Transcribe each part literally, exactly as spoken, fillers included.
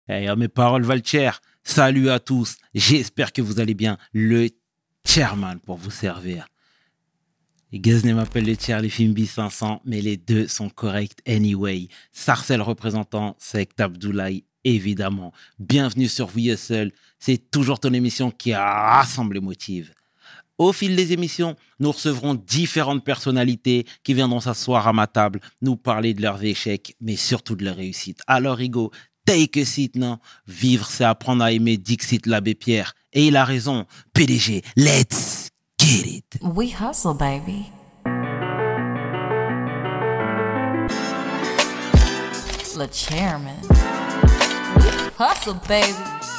Hey, à mes paroles valent cher. Salut à tous. J'espère que vous allez bien. Le chairman pour vous servir. Les Gazné m'appellent le chair, les Fimbi cinq cents, mais les deux sont corrects anyway. Sarcel représentant, Sect Abdoulaye, évidemment. Bienvenue sur We Hustle. C'est toujours ton émission qui rassemble les motifs. Au fil des émissions, nous recevrons différentes personnalités qui viendront s'asseoir à ma table, nous parler de leurs échecs, mais surtout de leurs réussites. Alors, Hugo, take a seat, non? Vivre, c'est apprendre à aimer, Dixit l'abbé Pierre. Et il a raison. P D G, let's get it. We hustle, baby. Le chairman. We hustle, baby.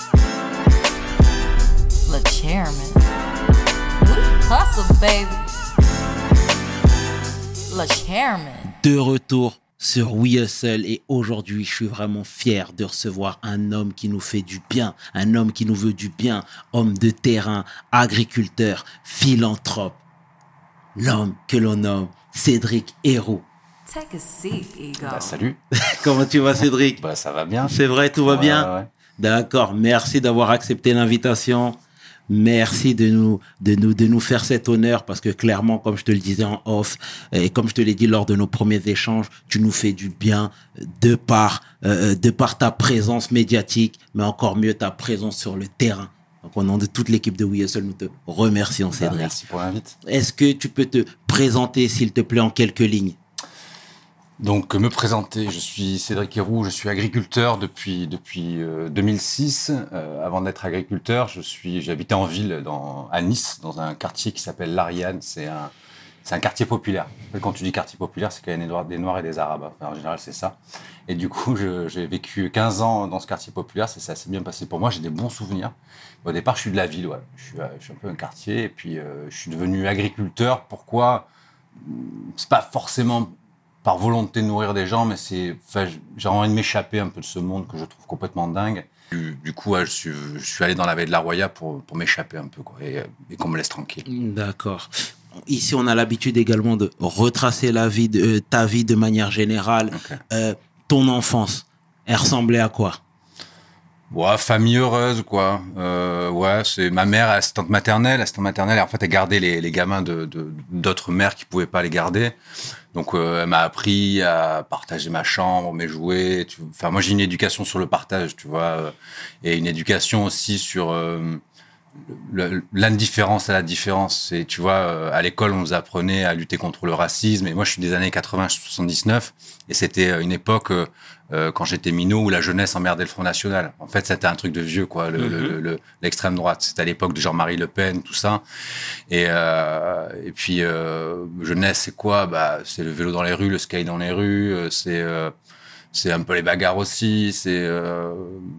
Le chairman. Hustle, baby. Le chairman. De retour sur We Hustle et aujourd'hui, je suis vraiment fier de recevoir un homme qui nous fait du bien, un homme qui nous veut du bien, homme de terrain, agriculteur, philanthrope. L'homme que l'on nomme Cédric Héroux. Take a seat, Ego. Bah, salut. Comment tu vas, Cédric? Bah, ça va bien. C'est vrai, tout va ouais, bien? ouais. D'accord, merci d'avoir accepté l'invitation. Merci de nous, de nous, de nous faire cet honneur parce que clairement, comme je te le disais en off et comme je te l'ai dit lors de nos premiers échanges, tu nous fais du bien de par, euh, de par ta présence médiatique, mais encore mieux ta présence sur le terrain. Donc, au nom de toute l'équipe de We Hustle, nous te remercions, Cédric. Bah, merci pour l'invite. Est-ce que tu peux te présenter, s'il te plaît, en quelques lignes? Donc, me présenter, je suis Cédric Héroux, je suis agriculteur depuis, depuis euh, deux mille six. Euh, avant d'être agriculteur, je suis, j'habitais en ville, dans, à Nice, dans un quartier qui s'appelle l'Ariane. C'est un, c'est un quartier populaire. En fait, quand tu dis quartier populaire, c'est qu'il y a des Noirs, des Noirs et des Arabes. Enfin, en général, c'est ça. Et du coup, je, j'ai vécu quinze ans dans ce quartier populaire. Ça s'est assez bien passé pour moi. J'ai des bons souvenirs. Au départ, je suis de la ville, ouais. Je suis, je suis un peu un quartier. Et puis, euh, je suis devenu agriculteur. Pourquoi? C'est pas forcément par volonté de nourrir des gens, mais c'est, enfin, j'ai envie de m'échapper un peu de ce monde que je trouve complètement dingue. Du, du coup, ouais, je, suis, je suis allé dans la vallée de la Roya pour, pour m'échapper un peu, quoi, et, et qu'on me laisse tranquille. D'accord. Ici, on a l'habitude également de retracer la vie de, euh, ta vie de manière générale. Okay. Euh, ton enfance, elle ressemblait à quoi? Ouais, famille heureuse, quoi. Euh, ouais, c'est ma mère, assistante maternelle. Assistante maternelle, et en fait, elle gardait les, les gamins de, de, d'autres mères qui pouvaient pas les garder. Donc, euh, elle m'a appris à partager ma chambre, mes jouets. Tu... Enfin, moi, j'ai une éducation sur le partage, tu vois, et une éducation aussi sur euh, le, l'indifférence à la différence. Et tu vois, à l'école, on nous apprenait à lutter contre le racisme. Et moi, je suis des années quatre-vingts soixante-dix-neuf, et c'était une époque euh, quand j'étais minot où la jeunesse emmerdait le Front National. En fait, c'était un truc de vieux, quoi, le, mm-hmm. le, le, l'extrême droite. C'était à l'époque de Jean-Marie Le Pen, tout ça. Et, euh, et puis, euh, jeunesse, c'est quoi? Bah, c'est le vélo dans les rues, le skate dans les rues, c'est, euh, c'est un peu les bagarres aussi, c'est, euh,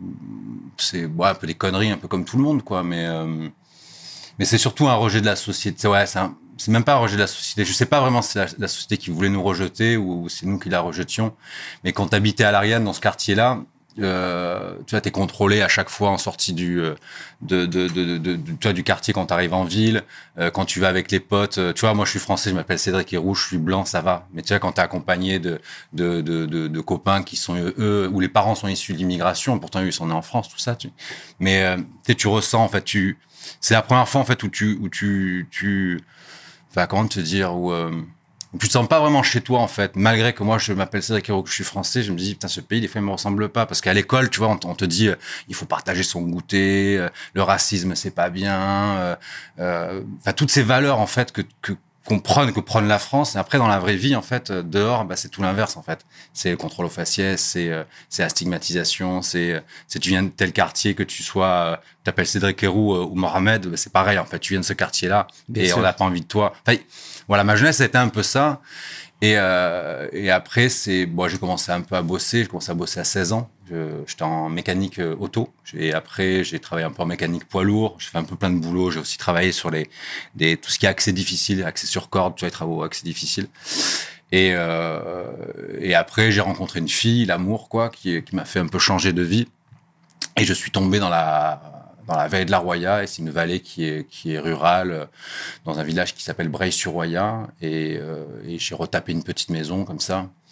c'est, ouais, un peu des conneries, un peu comme tout le monde, quoi. Mais, euh, mais c'est surtout un rejet de la société. Ouais, c'est un, c'est même pas un rejet de la société. Je sais pas vraiment si c'est la, la société qui voulait nous rejeter ou, ou c'est nous qui la rejetions. Mais quand t'habitais à l'Ariane, dans ce quartier-là, euh, tu vois, t'es contrôlé à chaque fois en sortie du, de, de, de, de, de, tu vois, du quartier quand t'arrives en ville, euh, quand tu vas avec les potes. Tu vois, moi, je suis français, je m'appelle Cédric Héroux, je suis blanc, ça va. Mais tu vois, quand t'es accompagné de, de, de, de, de copains qui sont eux, où les parents sont issus de l'immigration, pourtant eux, ils sont nés en France, tout ça, tu, mais, euh, tu sais, tu ressens, en fait, tu, c'est la première fois, en fait, où tu, où tu, tu, enfin, comment te dire, où, euh, tu te sens pas vraiment chez toi, en fait. Malgré que moi, je m'appelle Cédric Héroux, que je suis français, je me dis, putain, ce pays, des fois, il me ressemble pas. Parce qu'à l'école, tu vois, on, on te dit, euh, il faut partager son goûter, euh, le racisme, c'est pas bien, euh, euh, enfin, toutes ces valeurs, en fait, que, que, qu'on prône, que prône la France. Et après, dans la vraie vie, en fait, dehors, bah, c'est tout l'inverse, en fait. C'est le contrôle au faciès, c'est, euh, c'est la stigmatisation, c'est, c'est tu viens de tel quartier, que tu sois, euh, tu t'appelles Cédric Héroux euh, ou Mohamed, bah, c'est pareil, en fait. Tu viens de ce quartier-là bien et sûr. On n'a pas envie de toi. Enfin, voilà, ma jeunesse, c'était un peu ça. Et, euh, et après, c'est, bon, j'ai commencé un peu à bosser. J'ai commencé à bosser à seize ans. Je, j'étais en mécanique euh, auto. Et après, j'ai travaillé un peu en mécanique poids lourd. J'ai fait un peu plein de boulot. J'ai aussi travaillé sur les, des, tout ce qui est accès difficile, accès sur corde, tu vois, les travaux accès difficiles. Et, euh, et après, j'ai rencontré une fille, l'amour, quoi, qui, qui m'a fait un peu changer de vie. Et je suis tombé dans la, dans la vallée de la Roya, et c'est une vallée qui est, qui est rurale, dans un village qui s'appelle Breil-sur-Roya, et, euh, et j'ai retapé une petite maison comme ça.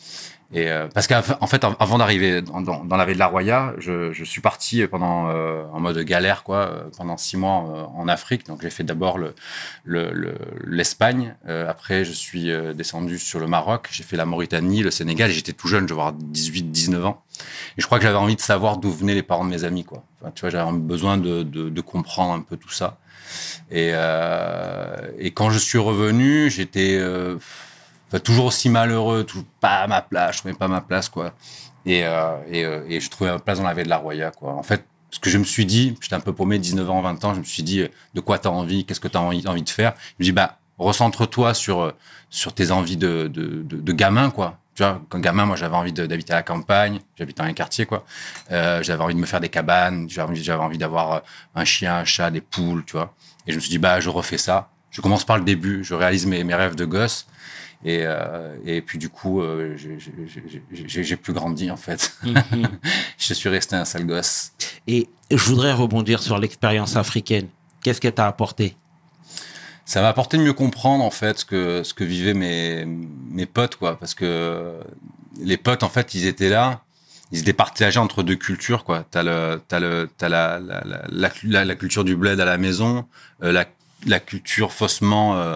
Et euh, parce qu'en fait, avant d'arriver dans, dans, dans la ville de la Roya, je, je suis parti pendant euh, en mode galère, quoi, pendant six mois euh, en Afrique. Donc j'ai fait d'abord le, le, le l'Espagne. Euh, après, je suis euh, descendu sur le Maroc. J'ai fait la Mauritanie, le Sénégal. Et j'étais tout jeune, je devais avoir dix-huit, dix-neuf ans. Et je crois que j'avais envie de savoir d'où venaient les parents de mes amis, quoi. Enfin, tu vois, j'avais besoin de, de, de comprendre un peu tout ça. Et, euh, et quand je suis revenu, j'étais euh, enfin, toujours aussi malheureux, tout, pas à ma place, je trouvais pas ma place, quoi. Et, euh, et, euh, et je trouvais ma place dans la ville de la Roya, quoi. En fait, ce que je me suis dit, j'étais un peu paumé, dix-neuf ans, vingt ans, je me suis dit, de quoi t'as envie, qu'est-ce que t'as envie, envie de faire? Je me dis, bah, recentre-toi sur, sur tes envies de, de, de, de gamin, quoi. Tu vois, quand gamin, moi, j'avais envie de, d'habiter à la campagne, j'habitais dans un quartier, quoi. Euh, j'avais envie de me faire des cabanes, j'avais envie, j'avais envie d'avoir un chien, un chat, des poules, tu vois. Et je me suis dit, bah, je refais ça. Je commence par le début, je réalise mes, mes rêves de gosse. Et, euh, et puis, du coup, euh, j'ai, j'ai, j'ai, j'ai plus grandi, en fait. Mm-hmm. Je suis resté un sale gosse. Et je voudrais rebondir sur l'expérience africaine. Qu'est-ce que t'as apporté? Ça m'a apporté de mieux comprendre, en fait, ce que, ce que vivaient mes, mes potes, quoi. Parce que les potes, en fait, ils étaient là. Ils étaient partagés entre deux cultures, quoi. T'as le, t'as le, t'as la, la, la, la, la culture du bled à la maison, euh, la, la culture faussement euh,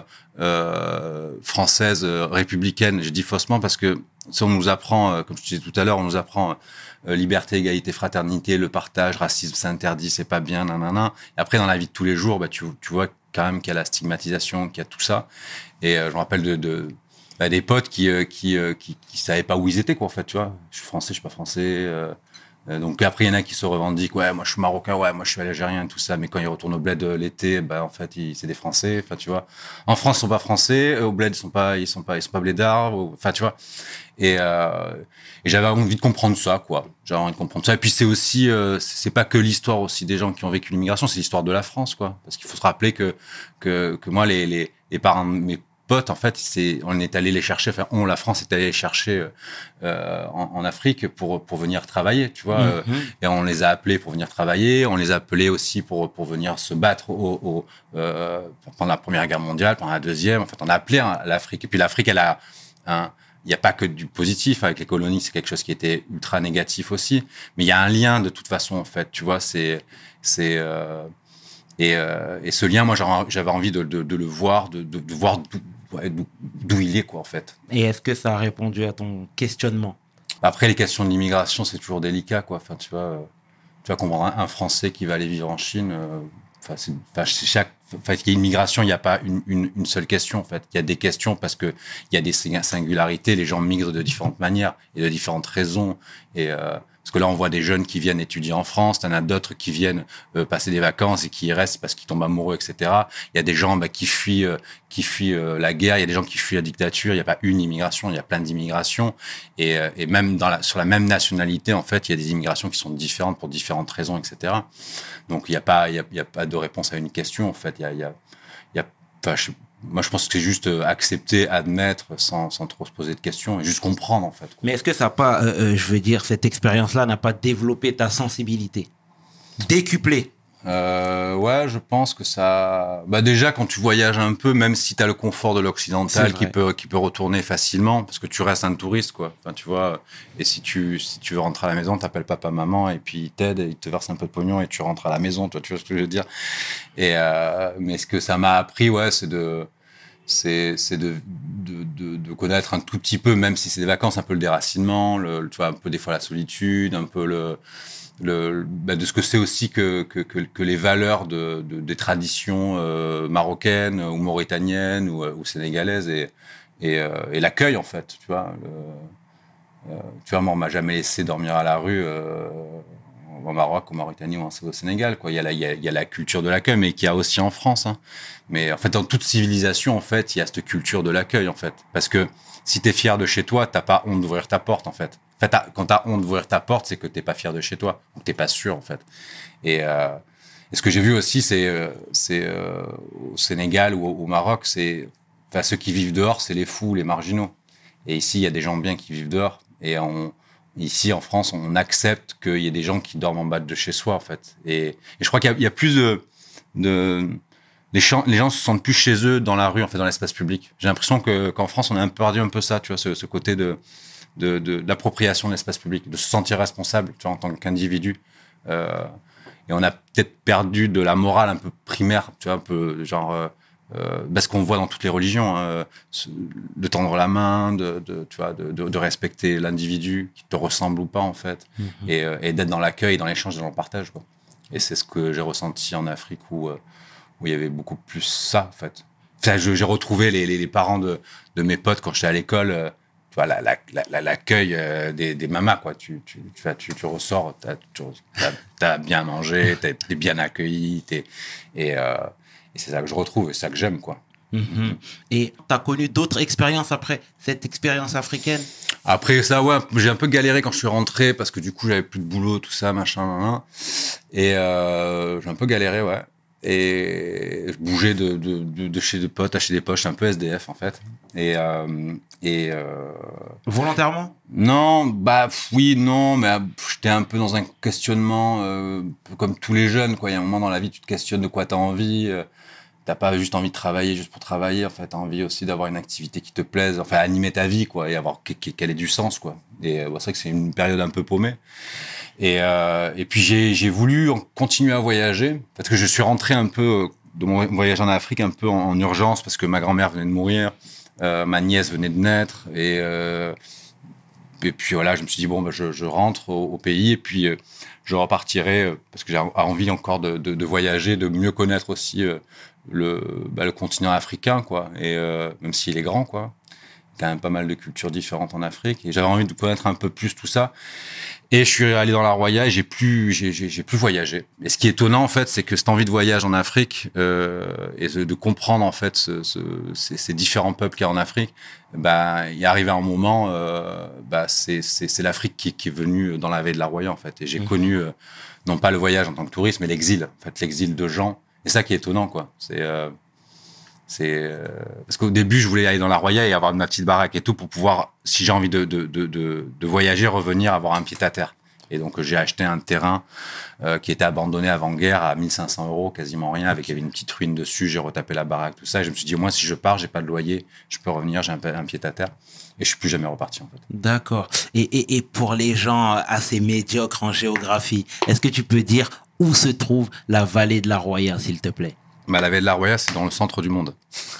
euh, française, euh, républicaine. Je dis faussement parce que si on nous apprend, euh, comme je disais tout à l'heure, on nous apprend euh, liberté, égalité, fraternité, le partage, racisme, c'est interdit, c'est pas bien, nanana. Et après, dans la vie de tous les jours, bah, tu, tu vois quand même qu'il y a la stigmatisation, qu'il y a tout ça. Et euh, je me rappelle de, de bah, des potes qui, euh, qui, euh, qui, qui savaient pas où ils étaient, quoi, en fait, tu vois. Je suis français, je suis pas français. Euh, euh, donc après, il y en a qui se revendiquent, ouais, moi je suis marocain, ouais, moi je suis algérien, tout ça. Mais quand ils retournent au bled l'été, bah en fait, ils, c'est des Français. Enfin, tu vois. En France, ils sont pas français. Au bled, ils sont pas, ils sont pas, ils sont pas blédards. Enfin, tu vois. Et, euh, et j'avais envie de comprendre ça, quoi. J'avais envie de comprendre ça. Et puis c'est aussi, euh, c'est pas que l'histoire aussi des gens qui ont vécu l'immigration, c'est l'histoire de la France, quoi. Parce qu'il faut se rappeler que que que moi, les les les parents, mes potes, en fait, c'est, on est allé les chercher. Enfin, on, la France est allé les chercher euh, en, en Afrique pour pour venir travailler, tu vois. Mm-hmm. Euh, et on les a appelés pour venir travailler. On les a appelés aussi pour pour venir se battre au, au euh, pendant la Première Guerre mondiale, pendant la Deuxième. En fait, on a appelé hein, l'Afrique. Et puis l'Afrique, elle a un il n'y a pas que du positif avec les colonies, c'est quelque chose qui était ultra négatif aussi. Mais il y a un lien de toute façon, en fait, tu vois, c'est, c'est, euh, et, euh, et ce lien, moi, j'avais envie de, de, de le voir, de, de, de voir d'où, ouais, d'où, d'où il est, quoi, en fait. Et est-ce que ça a répondu à ton questionnement? Après, les questions de l'immigration, c'est toujours délicat, quoi. Enfin, tu vois, tu vas comprendre un, un Français qui va aller vivre en Chine. Euh, Enfin, c'est, enfin, c'est chaque, enfin, il y a une migration, il n'y a pas une, une, une seule question, en fait. Il y a des questions parce que il y a des singularités. Les gens migrent de différentes manières et de différentes raisons. Et, euh, parce que là, on voit des jeunes qui viennent étudier en France. T'en as d'autres qui viennent euh, passer des vacances et qui y restent parce qu'ils tombent amoureux, et cetera. Il y a des gens, bah, qui fuient, euh, qui fuient euh, la guerre. Il y a des gens qui fuient la dictature. Il n'y a pas une immigration, il y a plein d'immigrations. Et, euh, et même dans la, sur la même nationalité, en fait, il y a des immigrations qui sont différentes pour différentes raisons, et cetera. Donc, il n'y a pas, il y a, il y a pas de réponse à une question, en fait. Il y a, il y a, il y a, enfin, je, moi, je pense que c'est juste accepter, admettre, sans, sans trop se poser de questions, et juste comprendre, en fait. Mais est-ce que ça n'a pas, euh, je veux dire, cette expérience-là n'a pas développé ta sensibilité? Décuplé? Euh, ouais, je pense que ça... Bah déjà, quand tu voyages un peu, même si tu as le confort de l'occidental qui peut, qui peut retourner facilement, parce que tu restes un touriste, quoi. Enfin, tu vois, et si tu, si tu veux rentrer à la maison, t'appelles papa, maman, et puis ils t'aident, et ils te versent un peu de pognon, et tu rentres à la maison, toi, tu vois ce que je veux dire. Et, euh, mais ce que ça m'a appris, ouais, c'est de... c'est c'est de, de de de connaître un tout petit peu, même si c'est des vacances, un peu le déracinement, le, tu vois, un peu des fois la solitude, un peu le le bah, de ce que c'est aussi que que que, que les valeurs de, de des traditions euh, marocaines ou mauritaniennes ou, ou sénégalaises et et, euh, et l'accueil, en fait, tu vois. Le, euh, tu vois, moi, on m'a jamais laissé dormir à la rue euh, au Maroc, au Mauritanie ou au Sénégal, quoi. Il y a la, il y a, il y a la culture de l'accueil, mais qu'il y a aussi en France, hein. Mais en fait, dans toute civilisation, en fait, il y a cette culture de l'accueil, en fait. Parce que si t'es fier de chez toi, t'as pas honte d'ouvrir ta porte, en fait. En fait, t'as, quand t'as honte d'ouvrir ta porte, c'est que t'es pas fier de chez toi, ou que t'es pas sûr, en fait. Et, euh, et ce que j'ai vu aussi, c'est, euh, c'est euh, au Sénégal ou au, au Maroc, c'est, enfin, ceux qui vivent dehors, c'est les fous, les marginaux. Et ici, il y a des gens bien qui vivent dehors, et on ici, en France, on accepte qu'il y ait des gens qui dorment en bas de chez soi, en fait. Et, et je crois qu'il y a, il y a plus de... de les, gens, les gens se sentent plus chez eux dans la rue, en fait, dans l'espace public. J'ai l'impression que, qu'en France, on a un peu perdu un peu ça, tu vois, ce, ce côté de, de, de, de l'appropriation de l'espace public, de se sentir responsable, tu vois, en tant qu'individu. Euh, et on a peut-être perdu de la morale un peu primaire, tu vois, un peu genre, euh, euh, parce qu'on voit dans toutes les religions, hein, de tendre la main, de, de, tu vois, de, de, de respecter l'individu qui te ressemble ou pas, en fait, mm-hmm. et, euh, et d'être dans l'accueil, dans l'échange, dans le partage, quoi. Et c'est ce que j'ai ressenti en Afrique où, euh, où il y avait beaucoup plus ça, en fait. Enfin, je, j'ai retrouvé les, les, les parents de, de mes potes quand j'étais à l'école, euh, tu vois, la, la, la, l'accueil euh, des, des mamas, quoi. Tu, tu, tu, vas, tu, tu ressors, t'as, tu, t'as, t'as bien mangé, t'es, t'es bien accueilli, t'es, et, euh, et c'est ça que je retrouve, et c'est ça que j'aime, quoi. Mm-hmm. Et t'as connu d'autres expériences après cette expérience africaine? Après ça, ouais, j'ai un peu galéré quand je suis rentré parce que du coup, j'avais plus de boulot, tout ça, machin, machin. Et euh, j'ai un peu galéré, ouais. Et je bougeais de, de, de, de chez des potes à chez des potes, j'étais un peu S D F en fait. Et, euh, et euh... volontairement? Non, bah oui, non, mais j'étais un peu dans un questionnement, euh, comme tous les jeunes, quoi. Il y a un moment dans la vie, tu te questionnes de quoi t'as envie. Euh, T'as pas juste envie de travailler juste pour travailler, en fait, t'as envie aussi d'avoir une activité qui te plaise, enfin, animer ta vie, quoi, et avoir qu'elle ait du sens, quoi. Et euh, c'est vrai que c'est une période un peu paumée. Et, euh, et puis j'ai, j'ai voulu continuer à voyager, parce que je suis rentré un peu de mon voyage en Afrique un peu en, en urgence, parce que ma grand-mère venait de mourir, euh, ma nièce venait de naître, et, euh, et puis voilà, je me suis dit, bon, bah, je, je rentre au, au pays, et puis euh, je repartirai, euh, parce que j'ai envie encore de, de, de voyager, de mieux connaître aussi euh, le, bah, le continent africain, quoi, et euh, même s'il est grand, quoi. Il y a quand même pas mal de cultures différentes en Afrique, et j'avais envie de connaître un peu plus tout ça. Et je suis allé dans la Roya et j'ai plus, j'ai, j'ai, j'ai plus voyagé. Et ce qui est étonnant, en fait, c'est que cette envie de voyage en Afrique, euh, et de, de comprendre, en fait, ce, ce, ces, ces différents peuples qu'il y a en Afrique, bah, il est arrivé un moment, euh, bah, c'est, c'est, c'est l'Afrique qui, qui est venue dans la veille de la Roya, en fait. Et j'ai mmh. connu, euh, non pas le voyage en tant que touriste, mais l'exil, en fait, l'exil de gens. Et ça qui est étonnant, quoi. C'est, euh, c'est, euh, parce qu'au début, je voulais aller dans la Roya et avoir ma petite baraque et tout pour pouvoir, si j'ai envie de, de, de, de, de voyager, revenir, avoir un pied à terre. Et donc, j'ai acheté un terrain euh, qui était abandonné avant-guerre à mille cinq cents euros, quasiment rien, avec il y avait une petite ruine dessus. J'ai retapé la baraque, tout ça. Et je me suis dit, au moins, si je pars, j'ai pas de loyer, je peux revenir, j'ai un, un pied à terre. Et je suis plus jamais reparti, en fait. D'accord. Et, et, et pour les gens assez médiocres en géographie, est-ce que tu peux dire où se trouve la vallée de la Roya, s'il te plaît? Bah, la vallée de la Roya, c'est dans le centre du monde.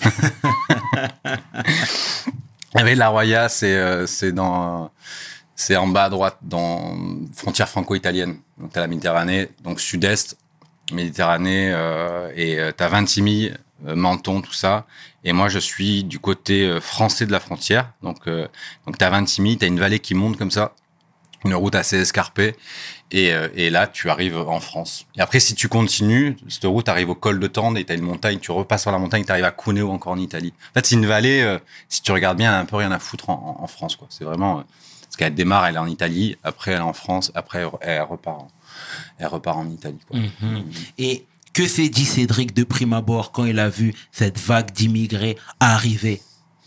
La vallée de la Roya, c'est, euh, c'est dans... C'est en bas à droite, dans frontière franco-italienne. Donc, t'as la Méditerranée, donc sud-est, Méditerranée, euh, et euh, t'as Vintimille, euh, Menton, tout ça. Et moi, je suis du côté euh, français de la frontière. Donc, euh, donc t'as Vintimille, t'as une vallée qui monte comme ça, une route assez escarpée. Et, euh, et là, tu arrives en France. Et après, si tu continues, cette route arrive au col de Tende et t'as une montagne, tu repasses sur la montagne, t'arrives à Cuneo, encore en Italie. En fait, c'est une vallée, euh, si tu regardes bien, elle a un peu rien à foutre en, en, en France, quoi. C'est vraiment... Euh, Parce qu'elle démarre, elle est en Italie, après elle est en France, après elle repart en, elle repart en Italie, quoi. Mmh. Et que s'est dit Cédric de prime abord quand il a vu cette vague d'immigrés arriver?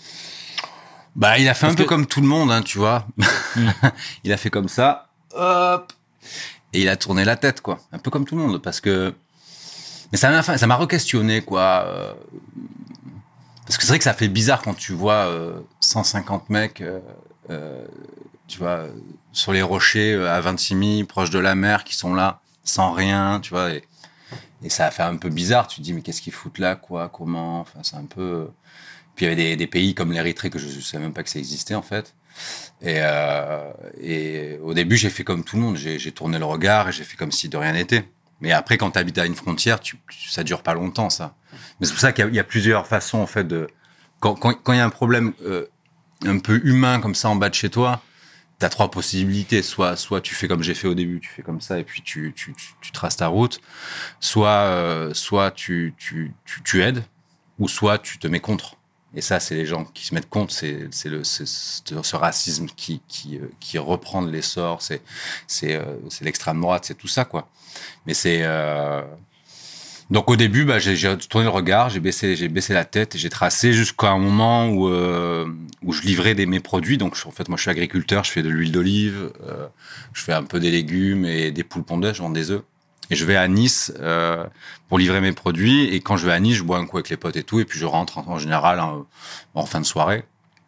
Bah, il a fait Parce un peu que... comme tout le monde, hein, tu vois. Mmh. Il a fait comme ça, hop, et il a tourné la tête, quoi. Un peu comme tout le monde, parce que... Mais ça m'a, ça m'a re-questionné, quoi. Euh... Parce que c'est vrai que ça fait bizarre quand tu vois euh, cent cinquante mecs... Euh... Euh, tu vois, sur les rochers à Vintimille, proche de la mer, qui sont là, sans rien, tu vois, et, et ça a fait un peu bizarre. Tu te dis, mais qu'est-ce qu'ils foutent là, quoi, comment, enfin, c'est un peu... Puis il y avait des, des pays comme l'Érythrée que je ne savais même pas que ça existait, en fait. Et, euh, et au début, j'ai fait comme tout le monde, j'ai, j'ai tourné le regard et j'ai fait comme si de rien n'était. Mais après, quand tu habites à une frontière, tu, ça dure pas longtemps, ça. Mais c'est pour ça qu'il y a, il y a plusieurs façons, en fait, de... Quand, quand, quand il y a un problème euh, un peu humain comme ça en bas de chez toi, t'as trois possibilités. Soit, soit tu fais comme j'ai fait au début, tu fais comme ça et puis tu, tu, tu, tu traces ta route. Soit, euh, soit tu, tu, tu, tu aides, ou soit tu te mets contre. Et ça, c'est les gens qui se mettent contre. C'est, c'est le, c'est ce racisme qui, qui, qui reprend de l'essor. C'est, c'est, euh, c'est l'extrême droite. C'est tout ça, quoi. Mais c'est, euh... donc au début, bah, j'ai, j'ai tourné le regard, j'ai baissé, j'ai baissé la tête et j'ai tracé jusqu'à un moment où euh, où je livrais des mes produits. Donc en fait, moi, je suis agriculteur, je fais de l'huile d'olive, euh, je fais un peu des légumes et des poules pondeuses, je vends des œufs. Et je vais à Nice euh, pour livrer mes produits. Et quand je vais à Nice, je bois un coup avec les potes et tout, et puis je rentre en, en général en, en fin de soirée.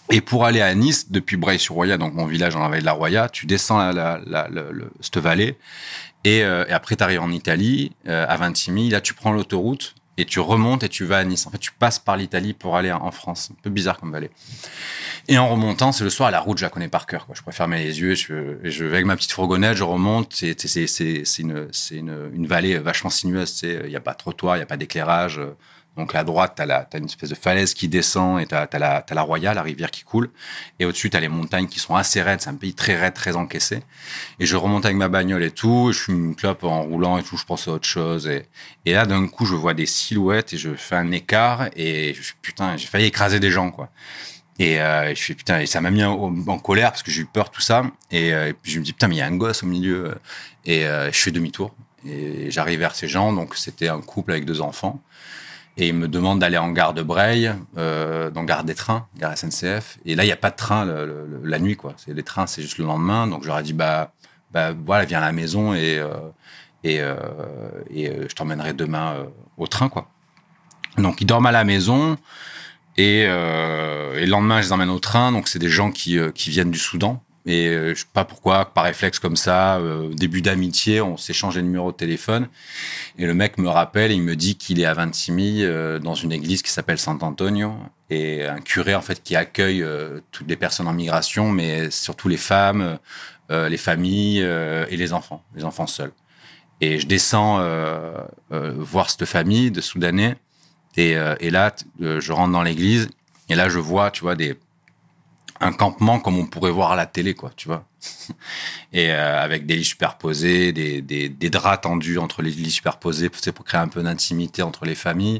Et pour aller à Nice, depuis Breil-sur-Roya, donc mon village dans la vallée de la Roya, tu descends la, la, la, la, le, cette vallée et, euh, et après tu arrives en Italie, euh, à Vintimille. Là, tu prends l'autoroute et tu remontes et tu vas à Nice. En fait, tu passes par l'Italie pour aller en France. Un peu bizarre comme vallée. Et en remontant, c'est le soir, la route, je la connais par cœur, quoi. Je peux fermer les yeux, je, je vais avec ma petite fourgonnette, je remonte. C'est, c'est, c'est, c'est, une, c'est une, une vallée vachement sinueuse. Il n'y a pas de trottoir, il n'y a pas d'éclairage. Donc à droite, t'as la, t'as une espèce de falaise qui descend et t'as, t'as la, t'as la Roya, la rivière qui coule. Et au-dessus, t'as les montagnes qui sont assez raides. C'est un pays très raide, très encaissé. Et je remonte avec ma bagnole et tout. Je fume une clope en roulant et tout. Je pense à autre chose. Et, et là, d'un coup, je vois des silhouettes et je fais un écart et je, putain, j'ai failli écraser des gens, quoi. Et euh, je fais putain, et ça m'a mis en, en colère parce que j'ai eu peur, tout ça. Et, euh, et puis je me dis putain, mais il y a un gosse au milieu. Et euh, je fais demi-tour et j'arrive vers ces gens. Donc c'était un couple avec deux enfants. Et ils me demandent d'aller en gare de Breil, euh, dans gare des trains, gare S N C F. Et là, il n'y a pas de train le, le, la nuit, quoi. C'est les trains, c'est juste le lendemain. Donc, je leur ai dit, bah, bah voilà, viens à la maison et, euh, et, euh, et euh, je t'emmènerai demain euh, au train, quoi. Donc, ils dorment à la maison. Et, euh, et le lendemain, je les emmène au train. Donc, c'est des gens qui, euh, qui viennent du Soudan. Et euh, je sais pas pourquoi, par réflexe comme ça, euh, début d'amitié, on s'échange les numéros de téléphone. Et le mec me rappelle, il me dit qu'il est à Vintimille, euh, dans une église qui s'appelle Sant'Antonio, et un curé en fait qui accueille euh, toutes les personnes en migration, mais surtout les femmes, euh, les familles euh, et les enfants, les enfants seuls. Et je descends euh, euh, voir cette famille de Soudanais, et, euh, et là, euh, je rentre dans l'église, et là je vois, tu vois, des un campement comme on pourrait voir à la télé, quoi, tu vois. Et euh, avec des lits superposés, des, des, des draps tendus entre les lits superposés, c'est pour créer un peu d'intimité entre les familles.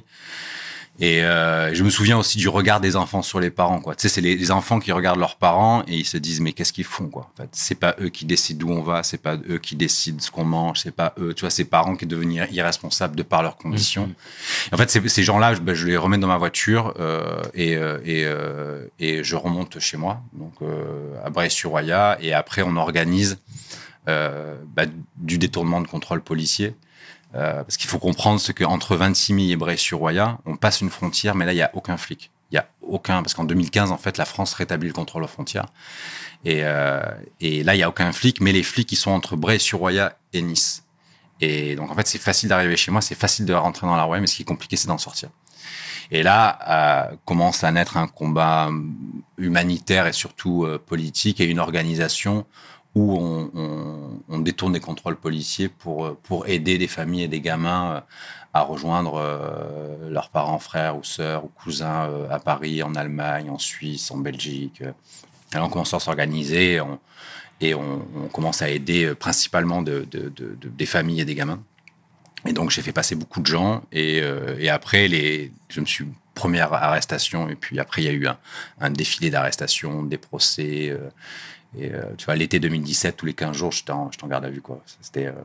Et euh, je me souviens aussi du regard des enfants sur les parents, quoi. Tu sais, c'est les, les enfants qui regardent leurs parents et ils se disent mais qu'est-ce qu'ils font, quoi. En fait, c'est pas eux qui décident d'où on va, c'est pas eux qui décident ce qu'on mange, c'est pas eux, tu vois, ces parents qui deviennent irresponsables de par leurs conditions. Mmh. En fait, ces, ces gens-là, je, ben, je les remets dans ma voiture euh, et et euh, et je remonte chez moi, donc euh, à Breil-sur-Roya, et après on organise euh, bah, du détournement de contrôle policier. Euh, parce qu'il faut comprendre ce qu'entre Vintimille et Breil-sur-Roya, on passe une frontière, mais là, il n'y a aucun flic. Il n'y a aucun, parce qu'en deux mille quinze, en fait, la France rétablit le contrôle aux frontières. Et, euh, et là, il n'y a aucun flic, mais les flics, ils sont entre Breil-sur-Roya et Nice. Et donc, en fait, c'est facile d'arriver chez moi, c'est facile de rentrer dans la Roya, mais ce qui est compliqué, c'est d'en sortir. Et là, euh, commence à naître un combat humanitaire et surtout euh, politique et une organisation où on, on, on détourne des contrôles policiers pour, pour aider des familles et des gamins à rejoindre euh, leurs parents, frères ou sœurs ou cousins euh, à Paris, en Allemagne, en Suisse, en Belgique. Alors on commence à s'organiser et on, et on, on commence à aider principalement de, de, de, de, des familles et des gamins. Et donc j'ai fait passer beaucoup de gens et, euh, et après, les, je me suis... Première arrestation, et puis après il y a eu un, un défilé d'arrestations, des procès... Euh, Et euh, tu vois, l'été deux mille dix-sept, tous les quinze jours, j'étais en, j'étais en garde à vue, quoi. C'était, euh...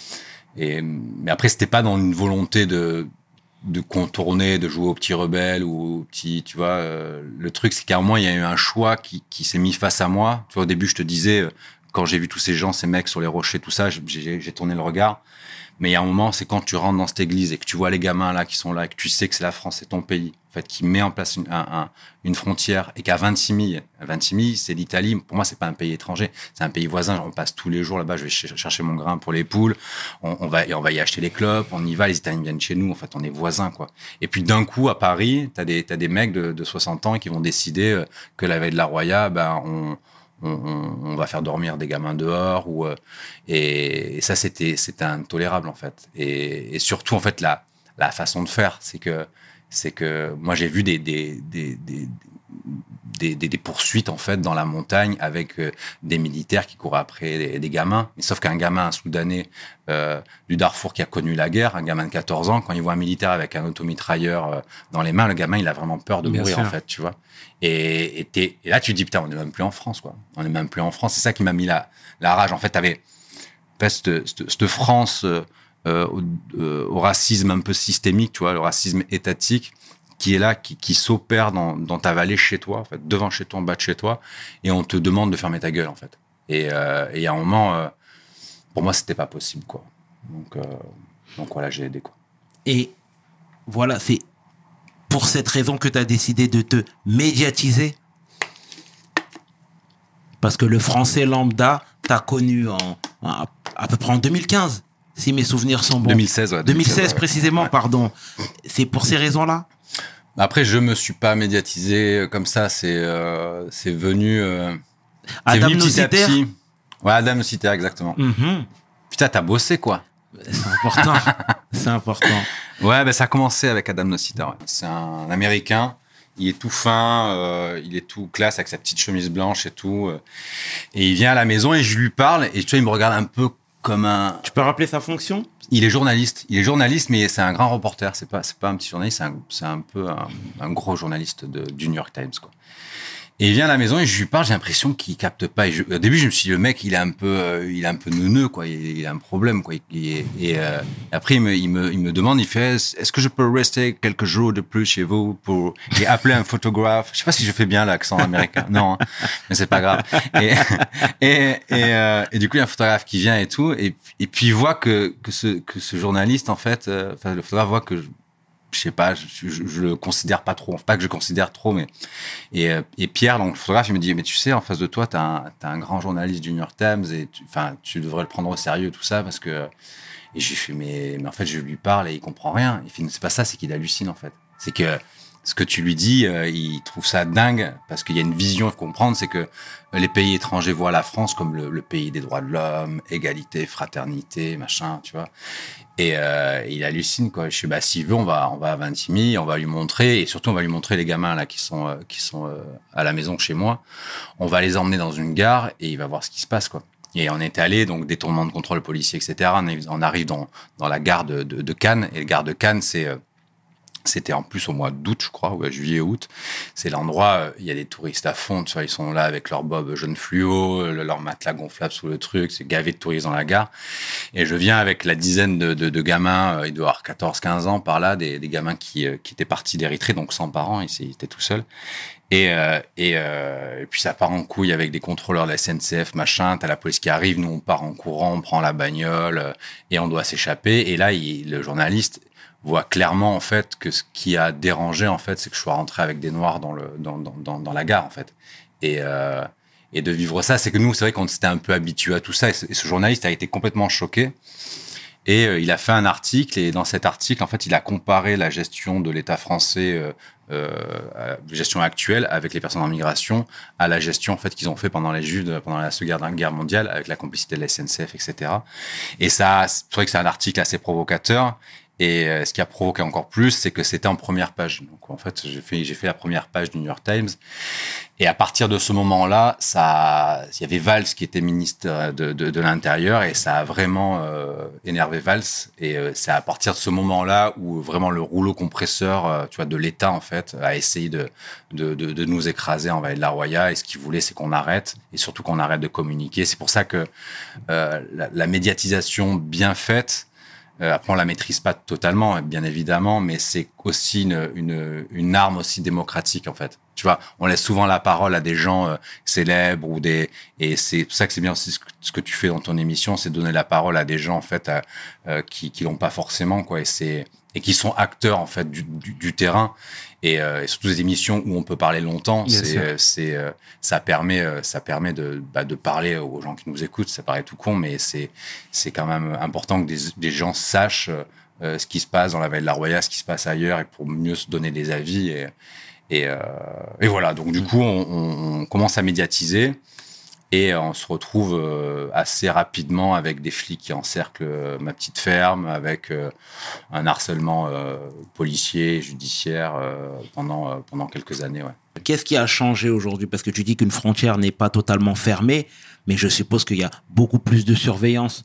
et, mais après, c'était pas dans une volonté de, de contourner, de jouer au petit rebelle ou au petit, tu vois. Euh, le truc, c'est qu'à un moment, il y a eu un choix qui, qui s'est mis face à moi. Tu vois, au début, je te disais, quand j'ai vu tous ces gens, ces mecs sur les rochers, tout ça, j'ai, j'ai tourné le regard. Mais il y a un moment, c'est quand tu rentres dans cette église et que tu vois les gamins là qui sont là et que tu sais que c'est la France, c'est ton pays, en fait, qui met en place une, un, un, une frontière et qu'à Vintimille, à Vintimille, c'est l'Italie. Pour moi, c'est pas un pays étranger, c'est un pays voisin. On passe tous les jours là-bas. Je vais ch- chercher mon grain pour les poules. On, on va, on va y acheter les clopes. On y va. Les Italiens viennent chez nous. En fait, on est voisins, quoi. Et puis d'un coup, à Paris, t'as des, t'as des mecs de, de soixante ans qui vont décider que la veille de la Roya, ben on On, on, on va faire dormir des gamins dehors ou euh, et, et ça c'était c'était intolérable en fait et, et surtout en fait la la façon de faire c'est que c'est que moi j'ai vu des des des des Des, des, des poursuites en fait dans la montagne avec euh, des militaires qui courent après des, des gamins. Mais sauf qu'un gamin, un Soudanais euh, du Darfour qui a connu la guerre, un gamin de quatorze ans, quand il voit un militaire avec un automitrailleur euh, dans les mains, le gamin il a vraiment peur de Bien mourir sûr. en fait, tu vois. Et, et, t'es, et là tu te dis putain, on est même plus en France quoi. On est même plus en France. C'est ça qui m'a mis la la rage. En fait, t'avais cette, cette, cette France euh, euh, au, euh, au racisme un peu systémique, tu vois, le racisme étatique. Qui est là, qui, qui s'opère dans, dans ta vallée chez toi, en fait, devant chez toi, en bas de chez toi, et on te demande de fermer ta gueule, en fait. Et euh, et il y a un moment, euh, pour moi, c'était pas possible, quoi. Donc, euh, donc voilà, j'ai aidé, quoi. Et voilà, c'est pour cette raison que tu as décidé de te médiatiser. Parce que le français lambda, t'as connu en, en- à peu près en deux mille quinze, si mes souvenirs sont bons. deux mille seize, ouais. deux mille seize ouais. précisément, Ouais. pardon. C'est pour ces raisons-là? Après, je me suis pas médiatisé comme ça. C'est c'est c'est venu. Euh, c'est Adam venu petit à Nociter. petit. Ouais, Adam Nociter, exactement. Mhm. Putain, t'as bossé quoi. C'est important. C'est important. Ouais, ben ça a commencé avec Adam Nociter. Ouais. C'est un Américain. Il est tout fin, euh, il est tout classe avec sa petite chemise blanche et tout. euh, et il vient à la maison et je lui parle et tu vois, il me regarde un peu comme un. Tu peux rappeler sa fonction? Il est journaliste. Il est journaliste, mais c'est un grand reporter. C'est pas, c'est pas un petit journaliste. C'est un, c'est un peu un, un gros journaliste de, du New York Times, quoi. Et il vient à la maison et je lui parle. J'ai l'impression qu'il capte pas. Et je, au début, je me suis dit, le mec, il est un peu, euh, il est un peu neuneux, quoi. Il, il a un problème, quoi. Il, et et euh, après, il me, il me, il me demande, il fait, est-ce que je peux rester quelques jours de plus chez vous pour et appeler un photographe? Je sais pas si je fais bien l'accent américain. Non, hein, mais c'est pas grave. Et et et, euh, et du coup, il y a un photographe qui vient et tout. Et et puis il voit que que ce que ce journaliste, en fait, euh, enfin le photographe voit que je, je sais pas, je, je, je le considère pas trop. Pas que je considère trop, mais et, euh, et Pierre, donc le photographe, il me dit, mais tu sais, en face de toi, t'as un, t'as un grand journaliste du New York Times et tu, enfin, tu devrais le prendre au sérieux, tout ça, parce que. Et je lui fais, mais, mais en fait, je lui parle et il comprend rien. Il fait, c'est pas ça, c'est qu'il hallucine, en fait. C'est que ce que tu lui dis, euh, il trouve ça dingue parce qu'il y a une vision à comprendre, c'est que les pays étrangers voient la France comme le, le pays des droits de l'homme, égalité, fraternité, machin, tu vois. Et euh, il hallucine, quoi. Je suis, bah, s'il veut, on va, on va à Vintimille, on va lui montrer, et surtout, on va lui montrer les gamins, là, qui sont, euh, qui sont euh, à la maison chez moi. On va les emmener dans une gare et il va voir ce qui se passe, quoi. Et on est allé, donc, détournement de contrôle policier, et cetera. On arrive dans, dans la gare de, de, de Cannes, et la gare de Cannes, c'est, euh, c'était en plus au mois d'août, je crois, ou à juillet-août. C'est l'endroit, il y a des touristes à fond, tu vois, ils sont là avec leur bob jaune fluo, leur matelas gonflable sous le truc, c'est gavé de touristes dans la gare. Et je viens avec la dizaine de, de, de gamins, il doit avoir quatorze quinze ans par là, des, des gamins qui, qui étaient partis d'Érythrée, donc sans parents, ils étaient tout seuls. Et, euh, et, euh, et puis ça part en couille avec des contrôleurs de la S N C F, machin. T'as la police qui arrive, nous on part en courant, on prend la bagnole euh, et on doit s'échapper. Et là, il, le journaliste voit clairement en fait que ce qui a dérangé en fait, c'est que je sois rentré avec des noirs dans le dans dans dans, dans la gare en fait. Et euh, et de vivre ça, c'est que nous, c'est vrai qu'on s'était un peu habitué à tout ça. Et ce, et ce journaliste a été complètement choqué. Et euh, il a fait un article, et dans cet article, en fait, il a comparé la gestion de l'État français, euh, euh, la gestion actuelle, avec les personnes en migration, à la gestion en fait qu'ils ont fait pendant les Juifs, pendant la Seconde Guerre mondiale, avec la complicité de la S N C F, et cetera. Et ça, c'est vrai que c'est un article assez provocateur. Et euh, ce qui a provoqué encore plus, c'est que c'était en première page. Donc en fait, j'ai fait j'ai fait la première page du New York Times. Et à partir de ce moment-là, ça, il y avait Valls qui était ministre de de, de l'Intérieur et ça a vraiment euh, énervé Valls. Et euh, c'est à partir de ce moment-là où vraiment le rouleau compresseur, euh, tu vois, de l'État en fait, a essayé de de de, de nous écraser en Vallée de la Roya. Et ce qu'il voulait, c'est qu'on arrête et surtout qu'on arrête de communiquer. C'est pour ça que euh, la, la médiatisation bien faite. Euh, après, on la maîtrise pas totalement, bien évidemment, mais c'est aussi une, une, une arme aussi démocratique, en fait. Tu vois, on laisse souvent la parole à des gens euh, célèbres ou des, et c'est pour ça que c'est bien aussi ce que, ce que tu fais dans ton émission, c'est donner la parole à des gens, en fait, à, euh, qui, qui l'ont pas forcément, quoi, et c'est, et qui sont acteurs, en fait, du, du, du terrain. Et, euh, et surtout des émissions où on peut parler longtemps, Bien c'est, euh, c'est, euh, ça permet, euh, ça permet de, bah, de parler aux gens qui nous écoutent. Ça paraît tout con, mais c'est, c'est quand même important que des, des gens sachent euh, ce qui se passe dans la Vallée de la Roya, ce qui se passe ailleurs, et pour mieux se donner des avis. Et, et, euh, et voilà. Donc du coup, on, on, on commence à médiatiser. Et on se retrouve euh, assez rapidement avec des flics qui encerclent euh, ma petite ferme, avec euh, un harcèlement euh, policier, judiciaire euh, pendant, euh, pendant quelques années. Ouais. Qu'est-ce qui a changé aujourd'hui? Parce que tu dis qu'une frontière n'est pas totalement fermée, mais je suppose qu'il y a beaucoup plus de surveillance.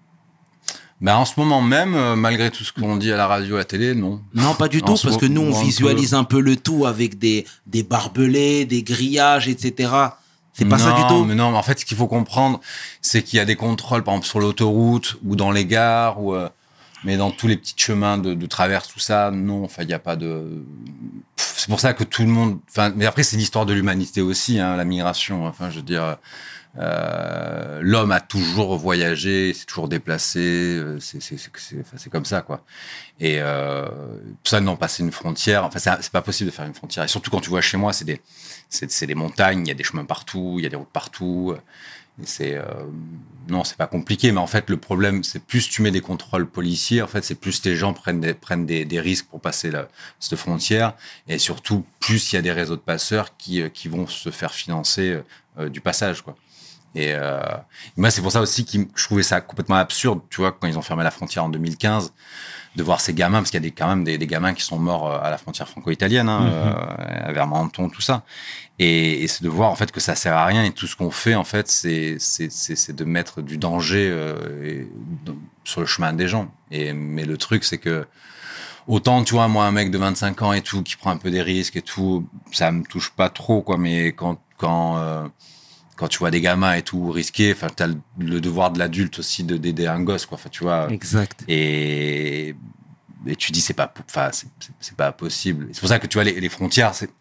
Ben, en ce moment même, euh, malgré tout ce qu'on dit à la radio, à la télé, non. Non, pas du En tout, ce parce que nous, on moment, visualise un peu le tout avec des, des barbelés, des grillages, et cetera. C'est pas non, ça du tout. Mais non, mais en fait, ce qu'il faut comprendre, c'est qu'il y a des contrôles, par exemple, sur l'autoroute ou dans les gares, ou, euh, mais dans tous les petits chemins de, de traverse, tout ça, non, enfin, il n'y a pas de... Pff, c'est pour ça que tout le monde... Enfin, mais après, c'est l'histoire de l'humanité aussi, hein, la migration. Enfin, je veux dire, Euh, l'homme a toujours voyagé, s'est toujours déplacé, c'est, c'est, c'est, c'est, enfin, c'est comme ça, quoi. Et euh, ça, non, passer une frontière, enfin, c'est, c'est pas possible de faire une frontière. Et surtout quand tu vois chez moi, c'est des, c'est, c'est des montagnes, il y a des chemins partout, il y a des routes partout. Et c'est euh, non, c'est pas compliqué, mais en fait, le problème, c'est plus tu mets des contrôles policiers, en fait, c'est plus les gens prennent des, prennent des, des risques pour passer la, cette frontière, et surtout, plus il y a des réseaux de passeurs qui, qui vont se faire financer euh, du passage, quoi. Et euh, moi, c'est pour ça aussi que je trouvais ça complètement absurde, tu vois, quand ils ont fermé la frontière en deux mille quinze, de voir ces gamins, parce qu'il y a des, quand même des, des gamins qui sont morts à la frontière franco-italienne, hein, mm-hmm. euh, vers Menton, tout ça. Et, et c'est de voir en fait que ça sert à rien et tout ce qu'on fait en fait, c'est c'est c'est, c'est de mettre du danger euh, et, sur le chemin des gens. Et mais le truc, c'est que autant tu vois, moi, un mec de vingt-cinq ans et tout qui prend un peu des risques et tout, ça me touche pas trop, quoi. Mais quand quand euh, quand tu vois des gamins et tout risqués, enfin, t'as le, le devoir de l'adulte aussi de d'aider un gosse, quoi. Enfin, tu vois. Exact. Et, et tu dis, c'est pas, enfin, c'est, c'est, c'est pas possible. Et c'est pour ça que tu vois, les, les frontières, c'est,